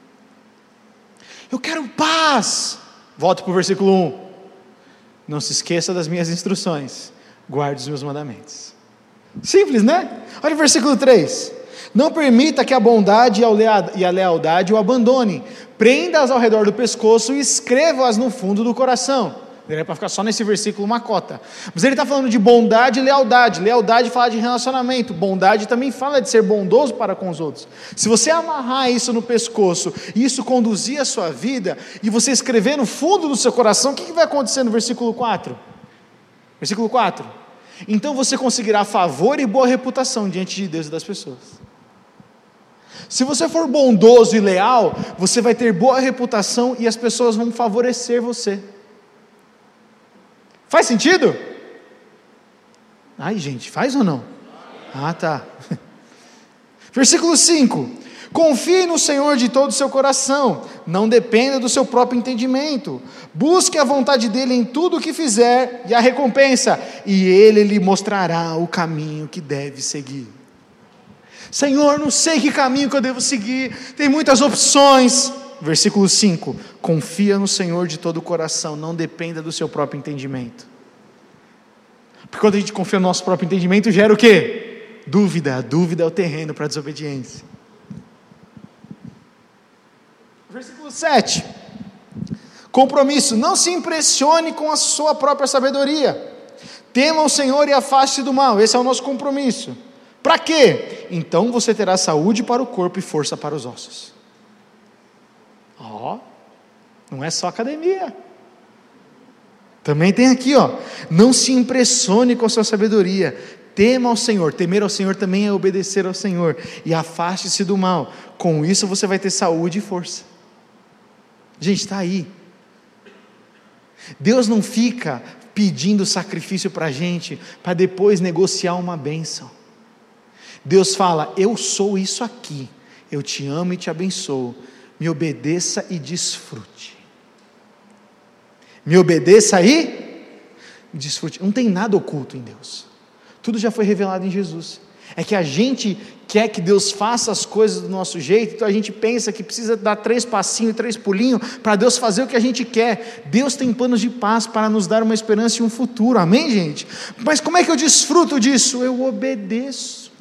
Eu quero paz. Volta para o versículo um. Não se esqueça das minhas instruções, guarde os meus mandamentos. Simples, né? Olha o versículo três. Não permita que a bondade e a lealdade o abandonem. Prenda-as ao redor do pescoço e escreva-as no fundo do coração. Era para ficar só nesse versículo uma cota. Mas ele está falando de bondade e lealdade. Lealdade fala de relacionamento. Bondade também fala de ser bondoso para com os outros. Se você amarrar isso no pescoço e isso conduzir a sua vida, e você escrever no fundo do seu coração, o que vai acontecer no versículo quatro? Versículo quatro. Então você conseguirá favor e boa reputação diante de Deus e das pessoas. Se você for bondoso e leal, você vai ter boa reputação e as pessoas vão favorecer você. Faz sentido? Ai, gente, faz ou não? Ah, tá. Versículo cinco. Confie no Senhor de todo o seu coração, não dependa do seu próprio entendimento. Busque a vontade dEle em tudo o que fizer e a recompensa, e Ele lhe mostrará o caminho que deve seguir. Senhor, não sei que caminho que eu devo seguir, tem muitas opções. versículo cinco, confia no Senhor de todo o coração, não dependa do seu próprio entendimento. Porque quando a gente confia no nosso próprio entendimento, gera o quê? Dúvida. A dúvida é o terreno para a desobediência. Versículo sete, compromisso, não se impressione com a sua própria sabedoria, tema o Senhor e afaste do mal. Esse é o nosso compromisso. Para quê? Então você terá saúde para o corpo e força para os ossos. Ó, oh, não é só academia. Também tem aqui, ó, não se impressione com a sua sabedoria, tema ao Senhor. Temer ao Senhor também é obedecer ao Senhor, e afaste-se do mal. Com isso você vai ter saúde e força. Gente, está aí. Deus não fica pedindo sacrifício para a gente, para depois negociar uma bênção. Deus fala, eu sou isso aqui, eu te amo e te abençoo, me obedeça e desfrute. Me obedeça e desfrute. Não tem nada oculto em Deus, tudo já foi revelado em Jesus. É que a gente quer que Deus faça as coisas do nosso jeito, então a gente pensa que precisa dar três passinhos, três pulinhos, para Deus fazer o que a gente quer. Deus tem planos de paz para nos dar uma esperança e um futuro, amém, gente? Mas como é que eu desfruto disso? Eu obedeço.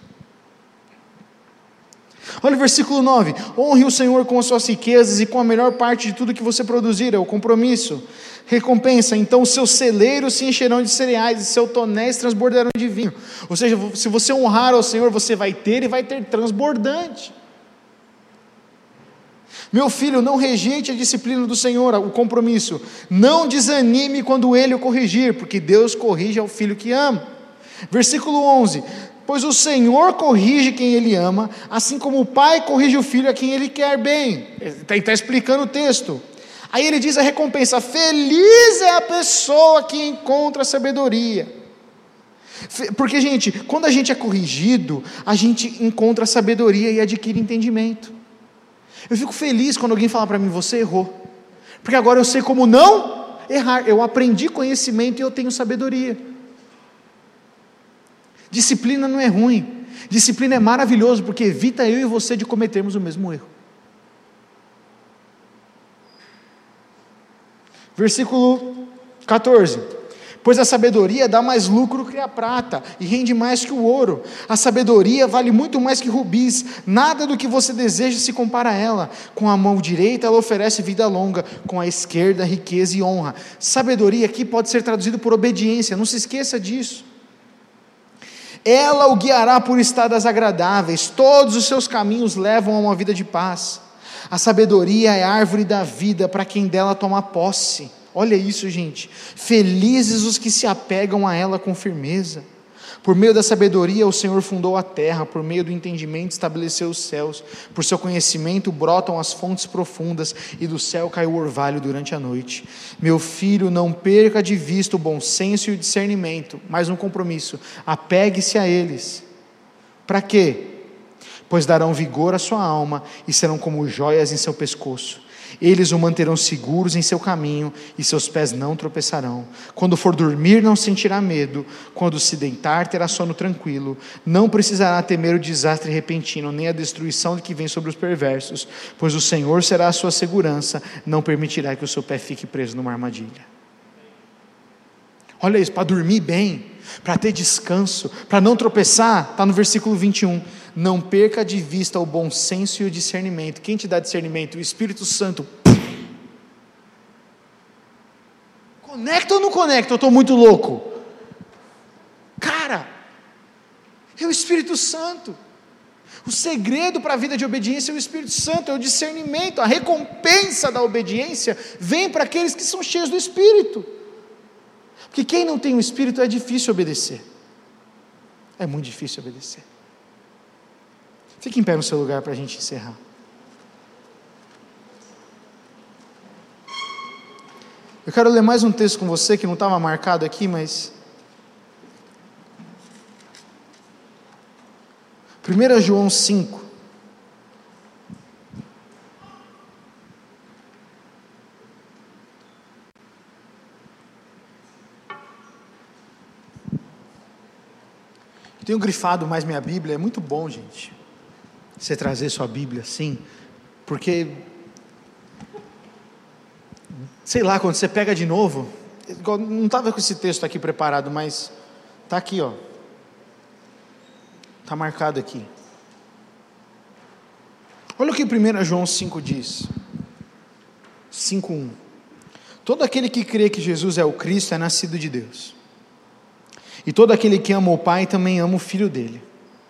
Olha o versículo nove, honre o Senhor com as suas riquezas e com a melhor parte de tudo que você produzir, é o compromisso. Recompensa, então os seus celeiros se encherão de cereais e seus tonéis transbordarão de vinho. Ou seja, se você honrar ao Senhor, você vai ter e vai ter transbordante. Meu filho, não rejeite a disciplina do Senhor, o compromisso. Não desanime quando Ele o corrigir, porque Deus corrige ao filho que ama. Versículo onze, pois o Senhor corrige quem Ele ama, assim como o pai corrige o filho a quem Ele quer bem. Ele está explicando o texto. Aí ele diz a recompensa, feliz é a pessoa que encontra sabedoria. Porque, gente, quando a gente é corrigido, a gente encontra sabedoria e adquire entendimento. Eu fico feliz quando alguém fala para mim, você errou, porque agora eu sei como não errar, eu aprendi conhecimento e eu tenho sabedoria. Disciplina não é ruim, disciplina é maravilhoso, porque evita eu e você de cometermos o mesmo erro. Versículo quatorze, pois a sabedoria dá mais lucro que a prata, e rende mais que o ouro, a sabedoria vale muito mais que rubis, nada do que você deseja se compara a ela, com a mão direita ela oferece vida longa, com a esquerda riqueza e honra. Sabedoria aqui pode ser traduzido por obediência, não se esqueça disso. Ela o guiará por estradas agradáveis, todos os seus caminhos levam a uma vida de paz. A sabedoria é a árvore da vida para quem dela toma posse. Olha isso, gente. Felizes os que se apegam a ela com firmeza. Por meio da sabedoria o Senhor fundou a terra, por meio do entendimento estabeleceu os céus, por seu conhecimento brotam as fontes profundas, e do céu cai o orvalho durante a noite. Meu filho, não perca de vista o bom senso e o discernimento, mais um compromisso, apegue-se a eles. Para quê? Pois darão vigor à sua alma, e serão como joias em seu pescoço. Eles o manterão seguros em seu caminho, e seus pés não tropeçarão. Quando for dormir não sentirá medo, quando se deitar terá sono tranquilo. Não precisará temer o desastre repentino, nem a destruição que vem sobre os perversos, pois o Senhor será a sua segurança, não permitirá que o seu pé fique preso numa armadilha. Olha isso, para dormir bem, para ter descanso, para não tropeçar, está no versículo vinte e um, não perca de vista o bom senso e o discernimento. Quem te dá discernimento? O Espírito Santo. Conecta ou não conecta? Eu estou muito louco. Cara, é o Espírito Santo. O segredo para a vida de obediência é o Espírito Santo, é o discernimento. A recompensa da obediência vem para aqueles que são cheios do Espírito. Porque quem não tem o Espírito é difícil obedecer. É muito difícil obedecer. Fique em pé no seu lugar para a gente encerrar. Eu quero ler mais um texto com você que não estava marcado aqui, mas primeiro João cinco. Eu tenho grifado mais minha Bíblia, é muito bom, gente, você trazer sua Bíblia assim, porque sei lá, quando você pega de novo, não estava com esse texto aqui preparado, mas está aqui, ó, está marcado aqui. Olha o que primeiro João cinco diz, cinco um. Todo aquele que crê que Jesus é o Cristo é nascido de Deus, e todo aquele que ama o Pai também ama o Filho dele.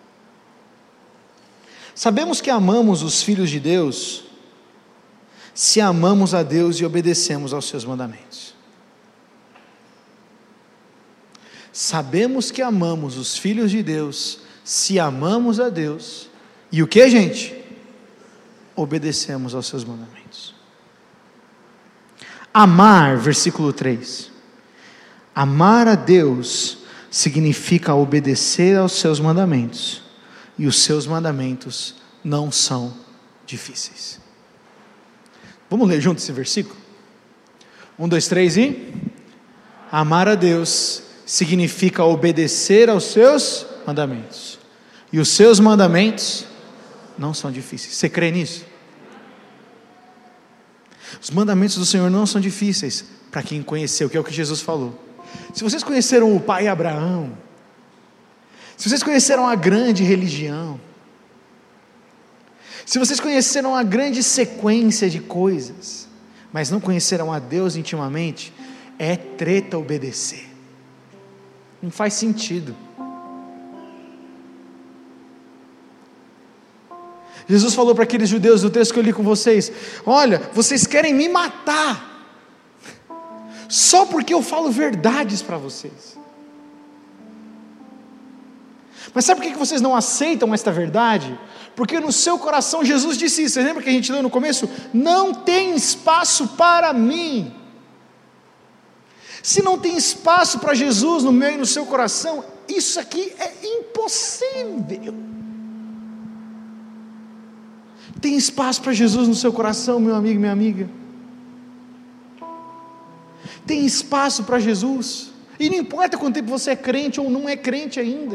Sabemos que amamos os filhos de Deus, se amamos a Deus e obedecemos aos seus mandamentos. Sabemos que amamos os filhos de Deus, se amamos a Deus, e o que, gente? Obedecemos aos seus mandamentos. Amar, versículo três. Amar a Deus significa obedecer aos seus mandamentos, e os seus mandamentos não são difíceis. Vamos ler junto esse versículo? Um, dois, três e... Amar a Deus significa obedecer aos seus mandamentos, e os seus mandamentos não são difíceis. Você crê nisso? Os mandamentos do Senhor não são difíceis para quem conheceu, que é o que Jesus falou. Se vocês conheceram o pai Abraão, se vocês conheceram a grande religião, se vocês conheceram a grande sequência de coisas, mas não conheceram a Deus intimamente, é treta obedecer. Não faz sentido. Jesus falou para aqueles judeus do texto que eu li com vocês: olha, vocês querem me matar, só porque eu falo verdades para vocês. Mas sabe por que vocês não aceitam esta verdade? Porque no seu coração, Jesus disse isso, você lembra que a gente leu no começo? Não tem espaço para mim. Se não tem espaço para Jesus no meu e no seu coração, isso aqui é impossível. Tem espaço para Jesus no seu coração, meu amigo e minha amiga? Tem espaço para Jesus? E não importa quanto tempo você é crente ou não é crente ainda.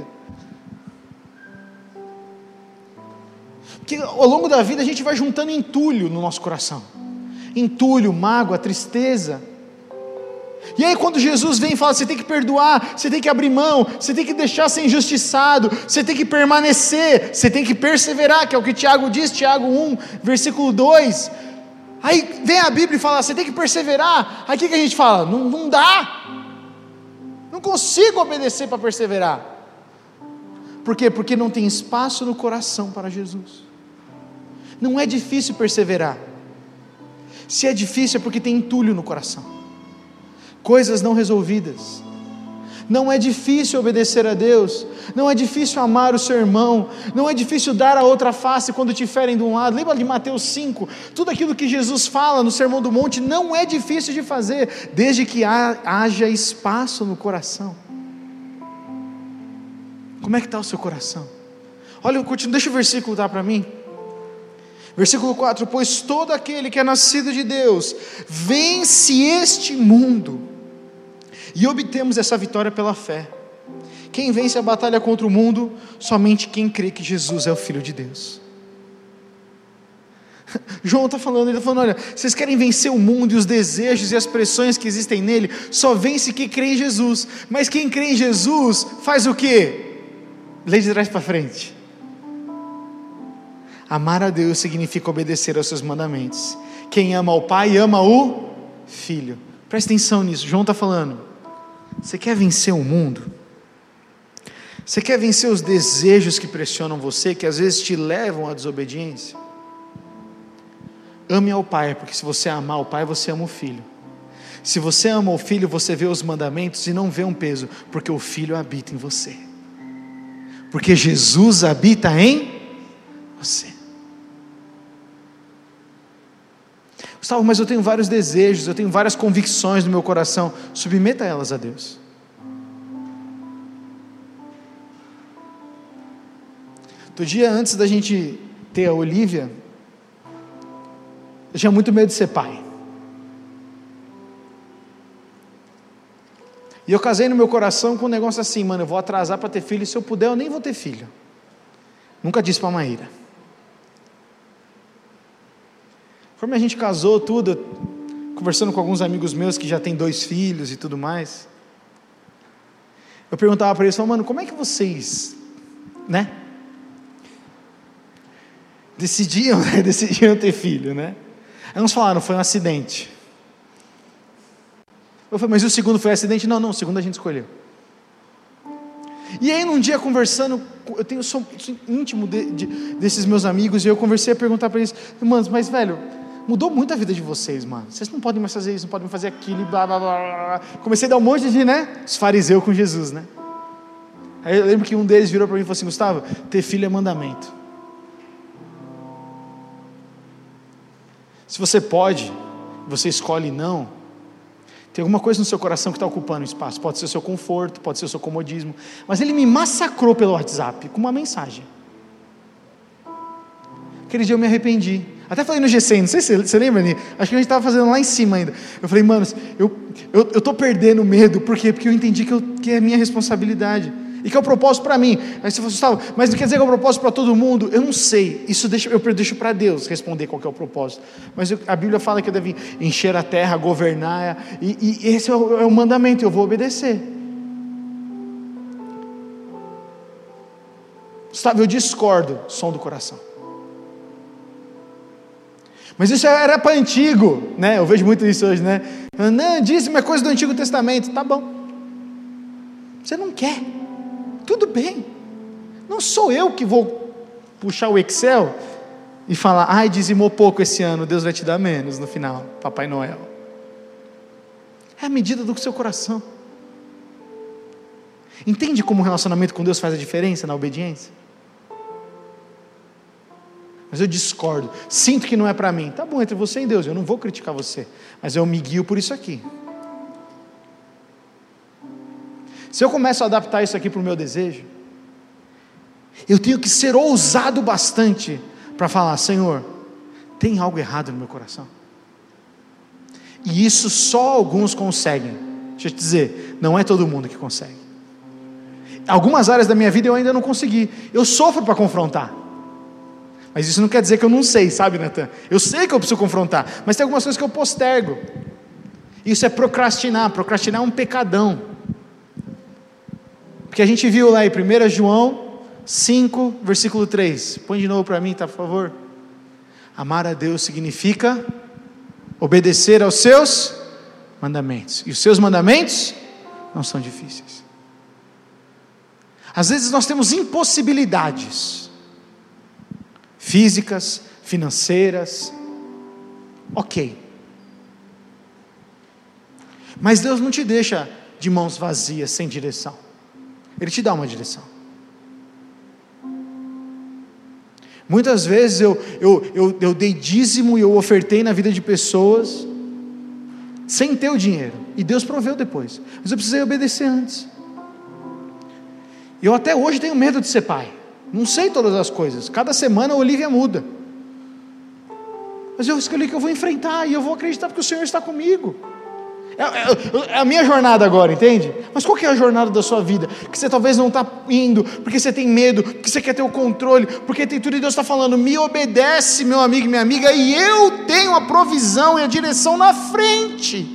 Porque ao longo da vida a gente vai juntando entulho no nosso coração. Entulho, mágoa, tristeza. E aí quando Jesus vem e fala, você tem que perdoar, você tem que abrir mão, você tem que deixar ser injustiçado, você tem que permanecer, você tem que perseverar, que é o que Tiago diz, Tiago um, versículo dois. Aí vem a Bíblia e fala, você tem que perseverar. Aí o que, que a gente fala? Não, não dá, não consigo obedecer para perseverar. Por quê? Porque não tem espaço no coração para Jesus. Não é difícil perseverar. Se é difícil é porque tem entulho no coração, coisas não resolvidas. Não é difícil obedecer a Deus, não é difícil amar o seu irmão, não é difícil dar a outra face quando te ferem de um lado. Lembra de Mateus cinco? Tudo aquilo que Jesus fala no Sermão do Monte não é difícil de fazer, desde que haja espaço no coração. Como é que está o seu coração? Olha, deixa o versículo dar para mim. Versículo quatro, pois todo aquele que é nascido de Deus vence este mundo, e obtemos essa vitória pela fé. Quem vence a batalha contra o mundo? Somente quem crê que Jesus é o Filho de Deus. João está falando, ele está falando, olha, vocês querem vencer o mundo e os desejos e as pressões que existem nele, só vence quem crê em Jesus. Mas quem crê em Jesus faz o quê? Lê de trás para frente. Amar a Deus significa obedecer aos seus mandamentos. Quem ama o Pai, ama o Filho. Presta atenção nisso, João está falando, você quer vencer o mundo? Você quer vencer os desejos que pressionam você, que às vezes te levam à desobediência? Ame ao Pai, porque se você amar o Pai, você ama o Filho. Se você ama o Filho, você vê os mandamentos e não vê um peso, porque o Filho habita em você. Porque Jesus habita em você. Gustavo, mas eu tenho vários desejos, eu tenho várias convicções no meu coração. Submeta elas a Deus. Outro dia, antes da gente ter a Olívia, eu tinha muito medo de ser pai. E eu casei no meu coração com um negócio assim, mano, eu vou atrasar para ter filho, e se eu puder eu nem vou ter filho. Nunca disse para a Maíra. Conforme a gente casou tudo, conversando com alguns amigos meus que já têm dois filhos e tudo mais, eu perguntava para eles, falava, mano, como é que vocês, né, decidiam, né, decidiam ter filho, né? Aí uns falaram, foi um acidente. Eu falei, mas e o segundo foi um acidente? Não, não, o segundo a gente escolheu. E aí num dia conversando, eu tenho, sou, sou íntimo de, de, desses meus amigos, e eu conversei a perguntar para eles, mano, mas velho, mudou muito a vida de vocês, mano, vocês não podem mais fazer isso, não podem fazer aquilo, e blá blá blá blá. Comecei a dar um monte de, né, os fariseus com Jesus, né? Aí eu lembro que um deles virou para mim e falou assim, Gustavo, ter filho é mandamento. Se você pode, você escolhe não, tem alguma coisa no seu coração que está ocupando o espaço, pode ser o seu conforto, pode ser o seu comodismo, mas ele me massacrou pelo WhatsApp, com uma mensagem. Aquele dia eu me arrependi, até falei no G cem, não sei se você lembra, Nini? Acho que a gente estava fazendo lá em cima ainda, eu falei, mano, eu estou perdendo medo, por quê? Porque eu entendi que, eu, que é minha responsabilidade, e que é o propósito para mim. Aí você falou, mas não quer dizer que é o propósito para todo mundo? Eu não sei, isso deixa, eu deixo para Deus responder qual que é o propósito, mas eu, a Bíblia fala que eu devo encher a terra, governar, e, e esse é o, é o mandamento, eu vou obedecer. Gustavo, eu discordo, som do coração. Mas isso era para antigo, né? Eu vejo muito isso hoje, né? Não, dízimo é coisa do Antigo Testamento, tá bom. Você não quer, tudo bem, não sou eu que vou puxar o Excel e falar, ai, dizimou pouco esse ano, Deus vai te dar menos no final, Papai Noel. É a medida do seu coração. Entende como o relacionamento com Deus faz a diferença na obediência? Mas eu discordo, sinto que não é para mim, tá bom, entre você e Deus, eu não vou criticar você, mas eu me guio por isso aqui. Se eu começo a adaptar isso aqui para o meu desejo, eu tenho que ser ousado bastante para falar, Senhor, tem algo errado no meu coração? E isso só alguns conseguem. Deixa eu te dizer, não é todo mundo que consegue. Algumas áreas da minha vida eu ainda não consegui, eu sofro para confrontar, mas isso não quer dizer que eu não sei, sabe, Natan? Eu sei que eu preciso confrontar, mas tem algumas coisas que eu postergo. Isso é procrastinar, procrastinar é um pecadão. Porque a gente viu lá em primeiro João cinco, versículo três. Põe de novo para mim, tá, por favor? Amar a Deus significa obedecer aos seus mandamentos. E os seus mandamentos não são difíceis. Às vezes nós temos impossibilidades físicas, financeiras. Ok. Mas Deus não te deixa de mãos vazias, sem direção. Ele te dá uma direção. Muitas vezes eu, eu, eu, eu dei dízimo e eu ofertei na vida de pessoas sem ter o dinheiro, e Deus proveu depois, mas eu precisei obedecer antes. Eu até hoje tenho medo de ser pai, não sei todas as coisas, cada semana a Olivia muda, mas eu escolhi que eu vou enfrentar, e eu vou acreditar porque o Senhor está comigo. É, é, é a minha jornada agora, entende? Mas qual que é a jornada da sua vida? Que você talvez não está indo, porque você tem medo, porque você quer ter o controle, porque tem tudo, e Deus está falando, me obedece, meu amigo e minha amiga, e eu tenho a provisão e a direção na frente.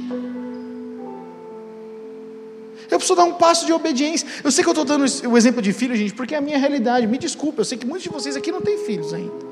Eu preciso dar um passo de obediência. Eu sei que eu estou dando o exemplo de filho, gente, porque é a minha realidade, me desculpa, eu sei que muitos de vocês aqui não têm filhos ainda.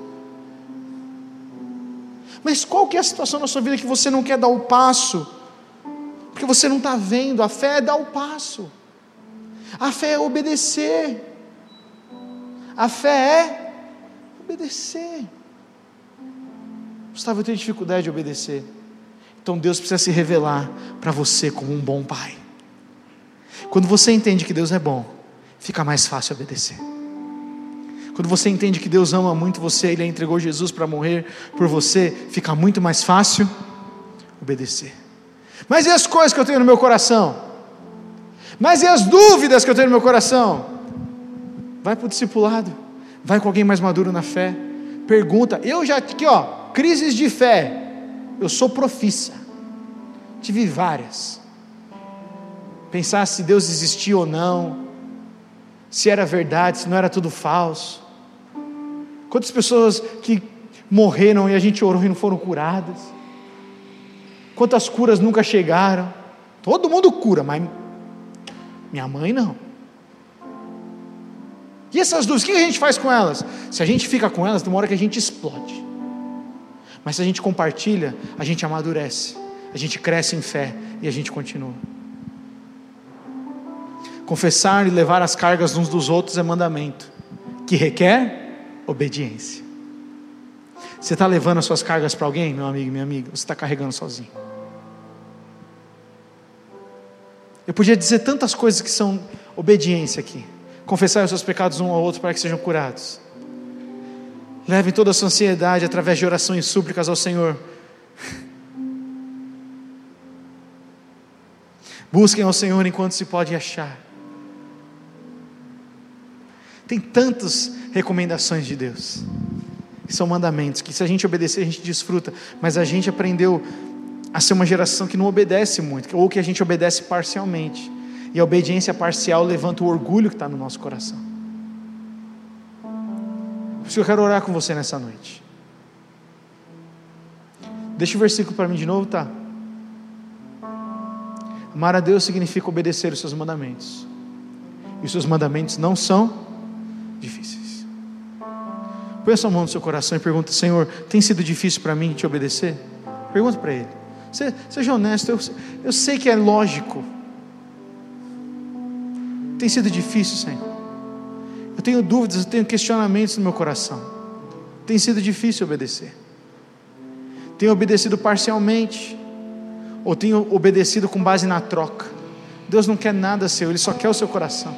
Mas qual que é a situação na sua vida que você não quer dar o passo? Porque você não está vendo. A fé é dar o passo, a fé é obedecer, a fé é obedecer. Gustavo, eu tenho dificuldade de obedecer. Então Deus precisa se revelar para você como um bom pai. Quando você entende que Deus é bom, fica mais fácil obedecer. Quando você entende que Deus ama muito você, Ele entregou Jesus para morrer por você, fica muito mais fácil obedecer. Mas e as coisas que eu tenho no meu coração? Mas e as dúvidas que eu tenho no meu coração? Vai para o discipulado, vai com alguém mais maduro na fé, pergunta. Eu já, aqui ó, crises de fé, eu sou profissa, tive várias. Pensar se Deus existia ou não, se era verdade, se não era tudo falso. Quantas pessoas que morreram e a gente orou e não foram curadas? Quantas curas nunca chegaram? Todo mundo cura, mas minha mãe não. E essas dúvidas, o que a gente faz com elas? Se a gente fica com elas, tem uma hora que a gente explode. Mas se a gente compartilha, a gente amadurece, a gente cresce em fé e a gente continua. Confessar e levar as cargas uns dos outros é mandamento, que requer obediência. Você está levando as suas cargas para alguém, meu amigo e minha amiga? Ou você está carregando sozinho? Eu podia dizer tantas coisas que são obediência aqui. Confessar os seus pecados um ao outro para que sejam curados. Levem toda a sua ansiedade através de orações e súplicas ao Senhor. Busquem ao Senhor enquanto se pode achar. Tem tantas recomendações de Deus, que são mandamentos, que se a gente obedecer a gente desfruta, mas a gente aprendeu a ser uma geração que não obedece muito, ou que a gente obedece parcialmente, e a obediência parcial levanta o orgulho que está no nosso coração. Por isso que eu quero orar com você nessa noite. Deixa o versículo para mim de novo, tá? Amar a Deus significa obedecer os seus mandamentos, e os seus mandamentos não são difíceis. Põe a sua mão no seu coração e pergunta: Senhor, tem sido difícil para mim te obedecer? Pergunta para Ele. Se, seja honesto, eu, eu sei que é lógico. Tem sido difícil, Senhor. Eu tenho dúvidas, eu tenho questionamentos no meu coração. Tem sido difícil obedecer. Tenho obedecido parcialmente, ou tenho obedecido com base na troca. Deus não quer nada seu, Ele só quer o seu coração.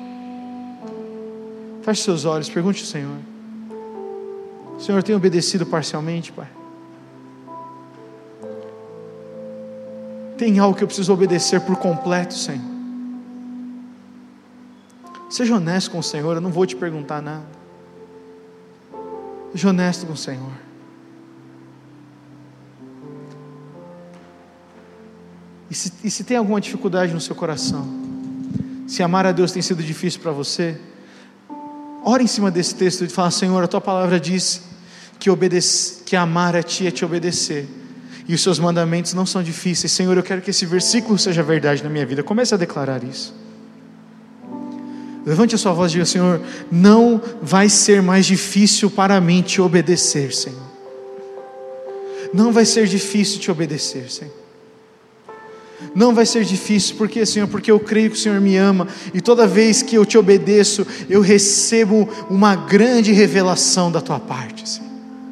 Feche seus olhos, pergunte ao Senhor: Senhor, eu tenho obedecido parcialmente, Pai? Tem algo que eu preciso obedecer por completo, Senhor? Seja honesto com o Senhor, eu não vou te perguntar nada. Seja honesto com o Senhor. E se, e se tem alguma dificuldade no seu coração, se amar a Deus tem sido difícil para você, ora em cima desse texto e fala: Senhor, a tua palavra diz que, obedece, que amar a ti é te obedecer, e os seus mandamentos não são difíceis. Senhor, eu quero que esse versículo seja verdade na minha vida. Comece a declarar isso. Levante a sua voz e diga: Senhor, não vai ser mais difícil para mim te obedecer, Senhor. Não vai ser difícil te obedecer, Senhor. Não vai ser difícil, porque Senhor, porque eu creio que o Senhor me ama, e toda vez que eu te obedeço, eu recebo uma grande revelação da tua parte, Senhor.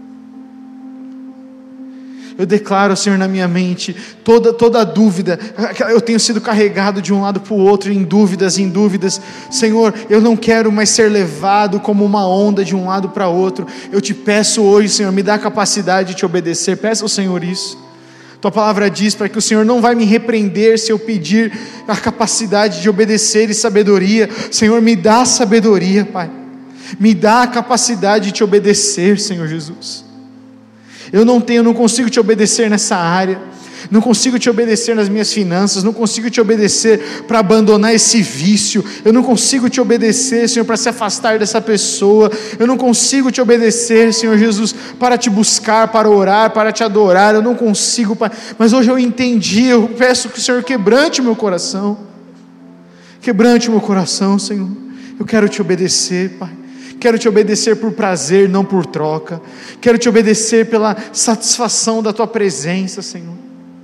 Eu declaro, Senhor, na minha mente, toda, toda dúvida, eu tenho sido carregado de um lado para o outro, em dúvidas, em dúvidas. Senhor, eu não quero mais ser levado como uma onda de um lado para outro. Eu te peço hoje, Senhor, me dá a capacidade de te obedecer. Peça ao Senhor isso. Tua palavra diz para que o Senhor não vai me repreender se eu pedir a capacidade de obedecer e sabedoria. Senhor, me dá sabedoria, Pai. Me dá a capacidade de te obedecer, Senhor Jesus. Eu não tenho, não consigo te obedecer nessa área, não consigo te obedecer nas minhas finanças, não consigo te obedecer para abandonar esse vício, eu não consigo te obedecer, Senhor, para se afastar dessa pessoa, eu não consigo te obedecer, Senhor Jesus, para te buscar, para orar, para te adorar, eu não consigo, Pai. Mas hoje eu entendi, eu peço que o Senhor quebrante o meu coração, quebrante o meu coração, Senhor. Eu quero te obedecer, Pai. Quero te obedecer por prazer, não por troca. Quero te obedecer pela satisfação da tua presença, Senhor.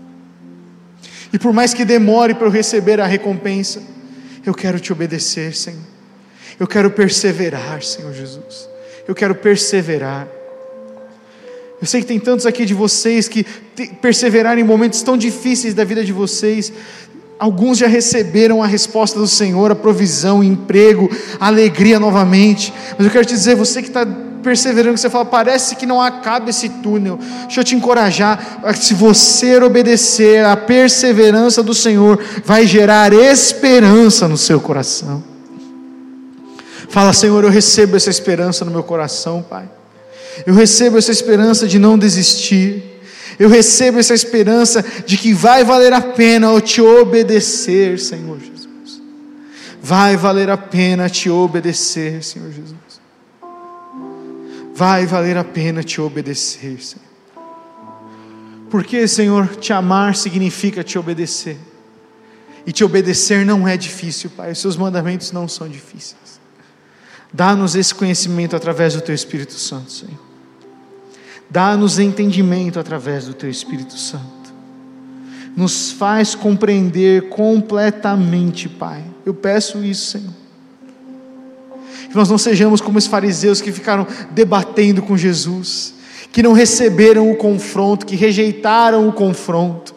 E por mais que demore para eu receber a recompensa, eu quero te obedecer, Senhor. Eu quero perseverar, Senhor Jesus. Eu quero perseverar. Eu sei que tem tantos aqui de vocês que perseveraram em momentos tão difíceis da vida de vocês. Alguns já receberam a resposta do Senhor, a provisão, o emprego, a alegria novamente. Mas eu quero te dizer, você que está perseverando, que você fala, parece que não acaba esse túnel. Deixa eu te encorajar, se você obedecer, a perseverança do Senhor vai gerar esperança no seu coração. Fala: Senhor, eu recebo essa esperança no meu coração, Pai. Eu recebo essa esperança de não desistir. Eu recebo essa esperança de que vai valer a pena eu te obedecer, Senhor Jesus. Vai valer a pena te obedecer, Senhor Jesus. Vai valer a pena te obedecer, Senhor. Porque, Senhor, te amar significa te obedecer. E te obedecer não é difícil, Pai. Os seus mandamentos não são difíceis. Dá-nos esse conhecimento através do Teu Espírito Santo, Senhor. Dá-nos entendimento através do Teu Espírito Santo. Nos faz compreender completamente, Pai. Eu peço isso, Senhor. Que nós não sejamos como os fariseus que ficaram debatendo com Jesus, que não receberam o confronto, que rejeitaram o confronto.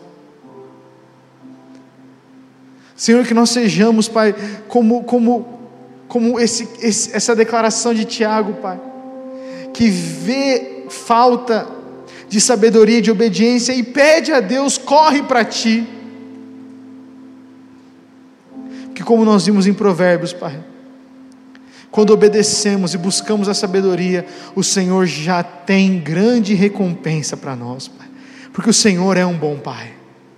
Senhor, que nós sejamos, Pai, como, como, como esse, esse, essa declaração de Tiago, Pai, que vê falta de sabedoria e de obediência e pede a Deus, corre para Ti. Que como nós vimos em Provérbios, Pai, quando obedecemos e buscamos a sabedoria, o Senhor já tem grande recompensa para nós, Pai, porque o Senhor é um bom Pai.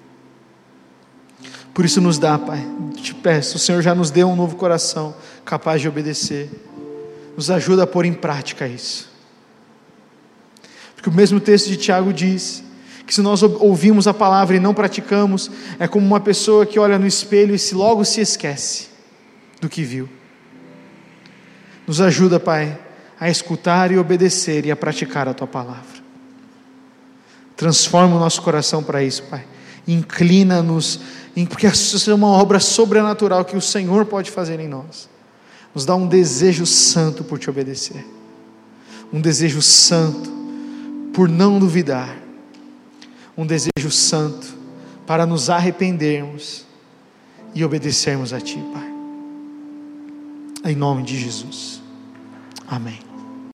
Por isso nos dá, Pai, te peço, o Senhor já nos deu um novo coração capaz de obedecer, nos ajuda a pôr em prática isso, porque o mesmo texto de Tiago diz, que se nós ouvimos a palavra e não praticamos, é como uma pessoa que olha no espelho e se logo se esquece do que viu. Nos ajuda, Pai, a escutar e obedecer e a praticar a Tua palavra. Transforma o nosso coração para isso, Pai. Inclina-nos, porque isso é uma obra sobrenatural que o Senhor pode fazer em nós. Nos dá um desejo santo por Te obedecer. Um desejo santo por não duvidar. Um desejo santo para nos arrependermos e obedecermos a Ti, Pai. Em nome de Jesus. Amém.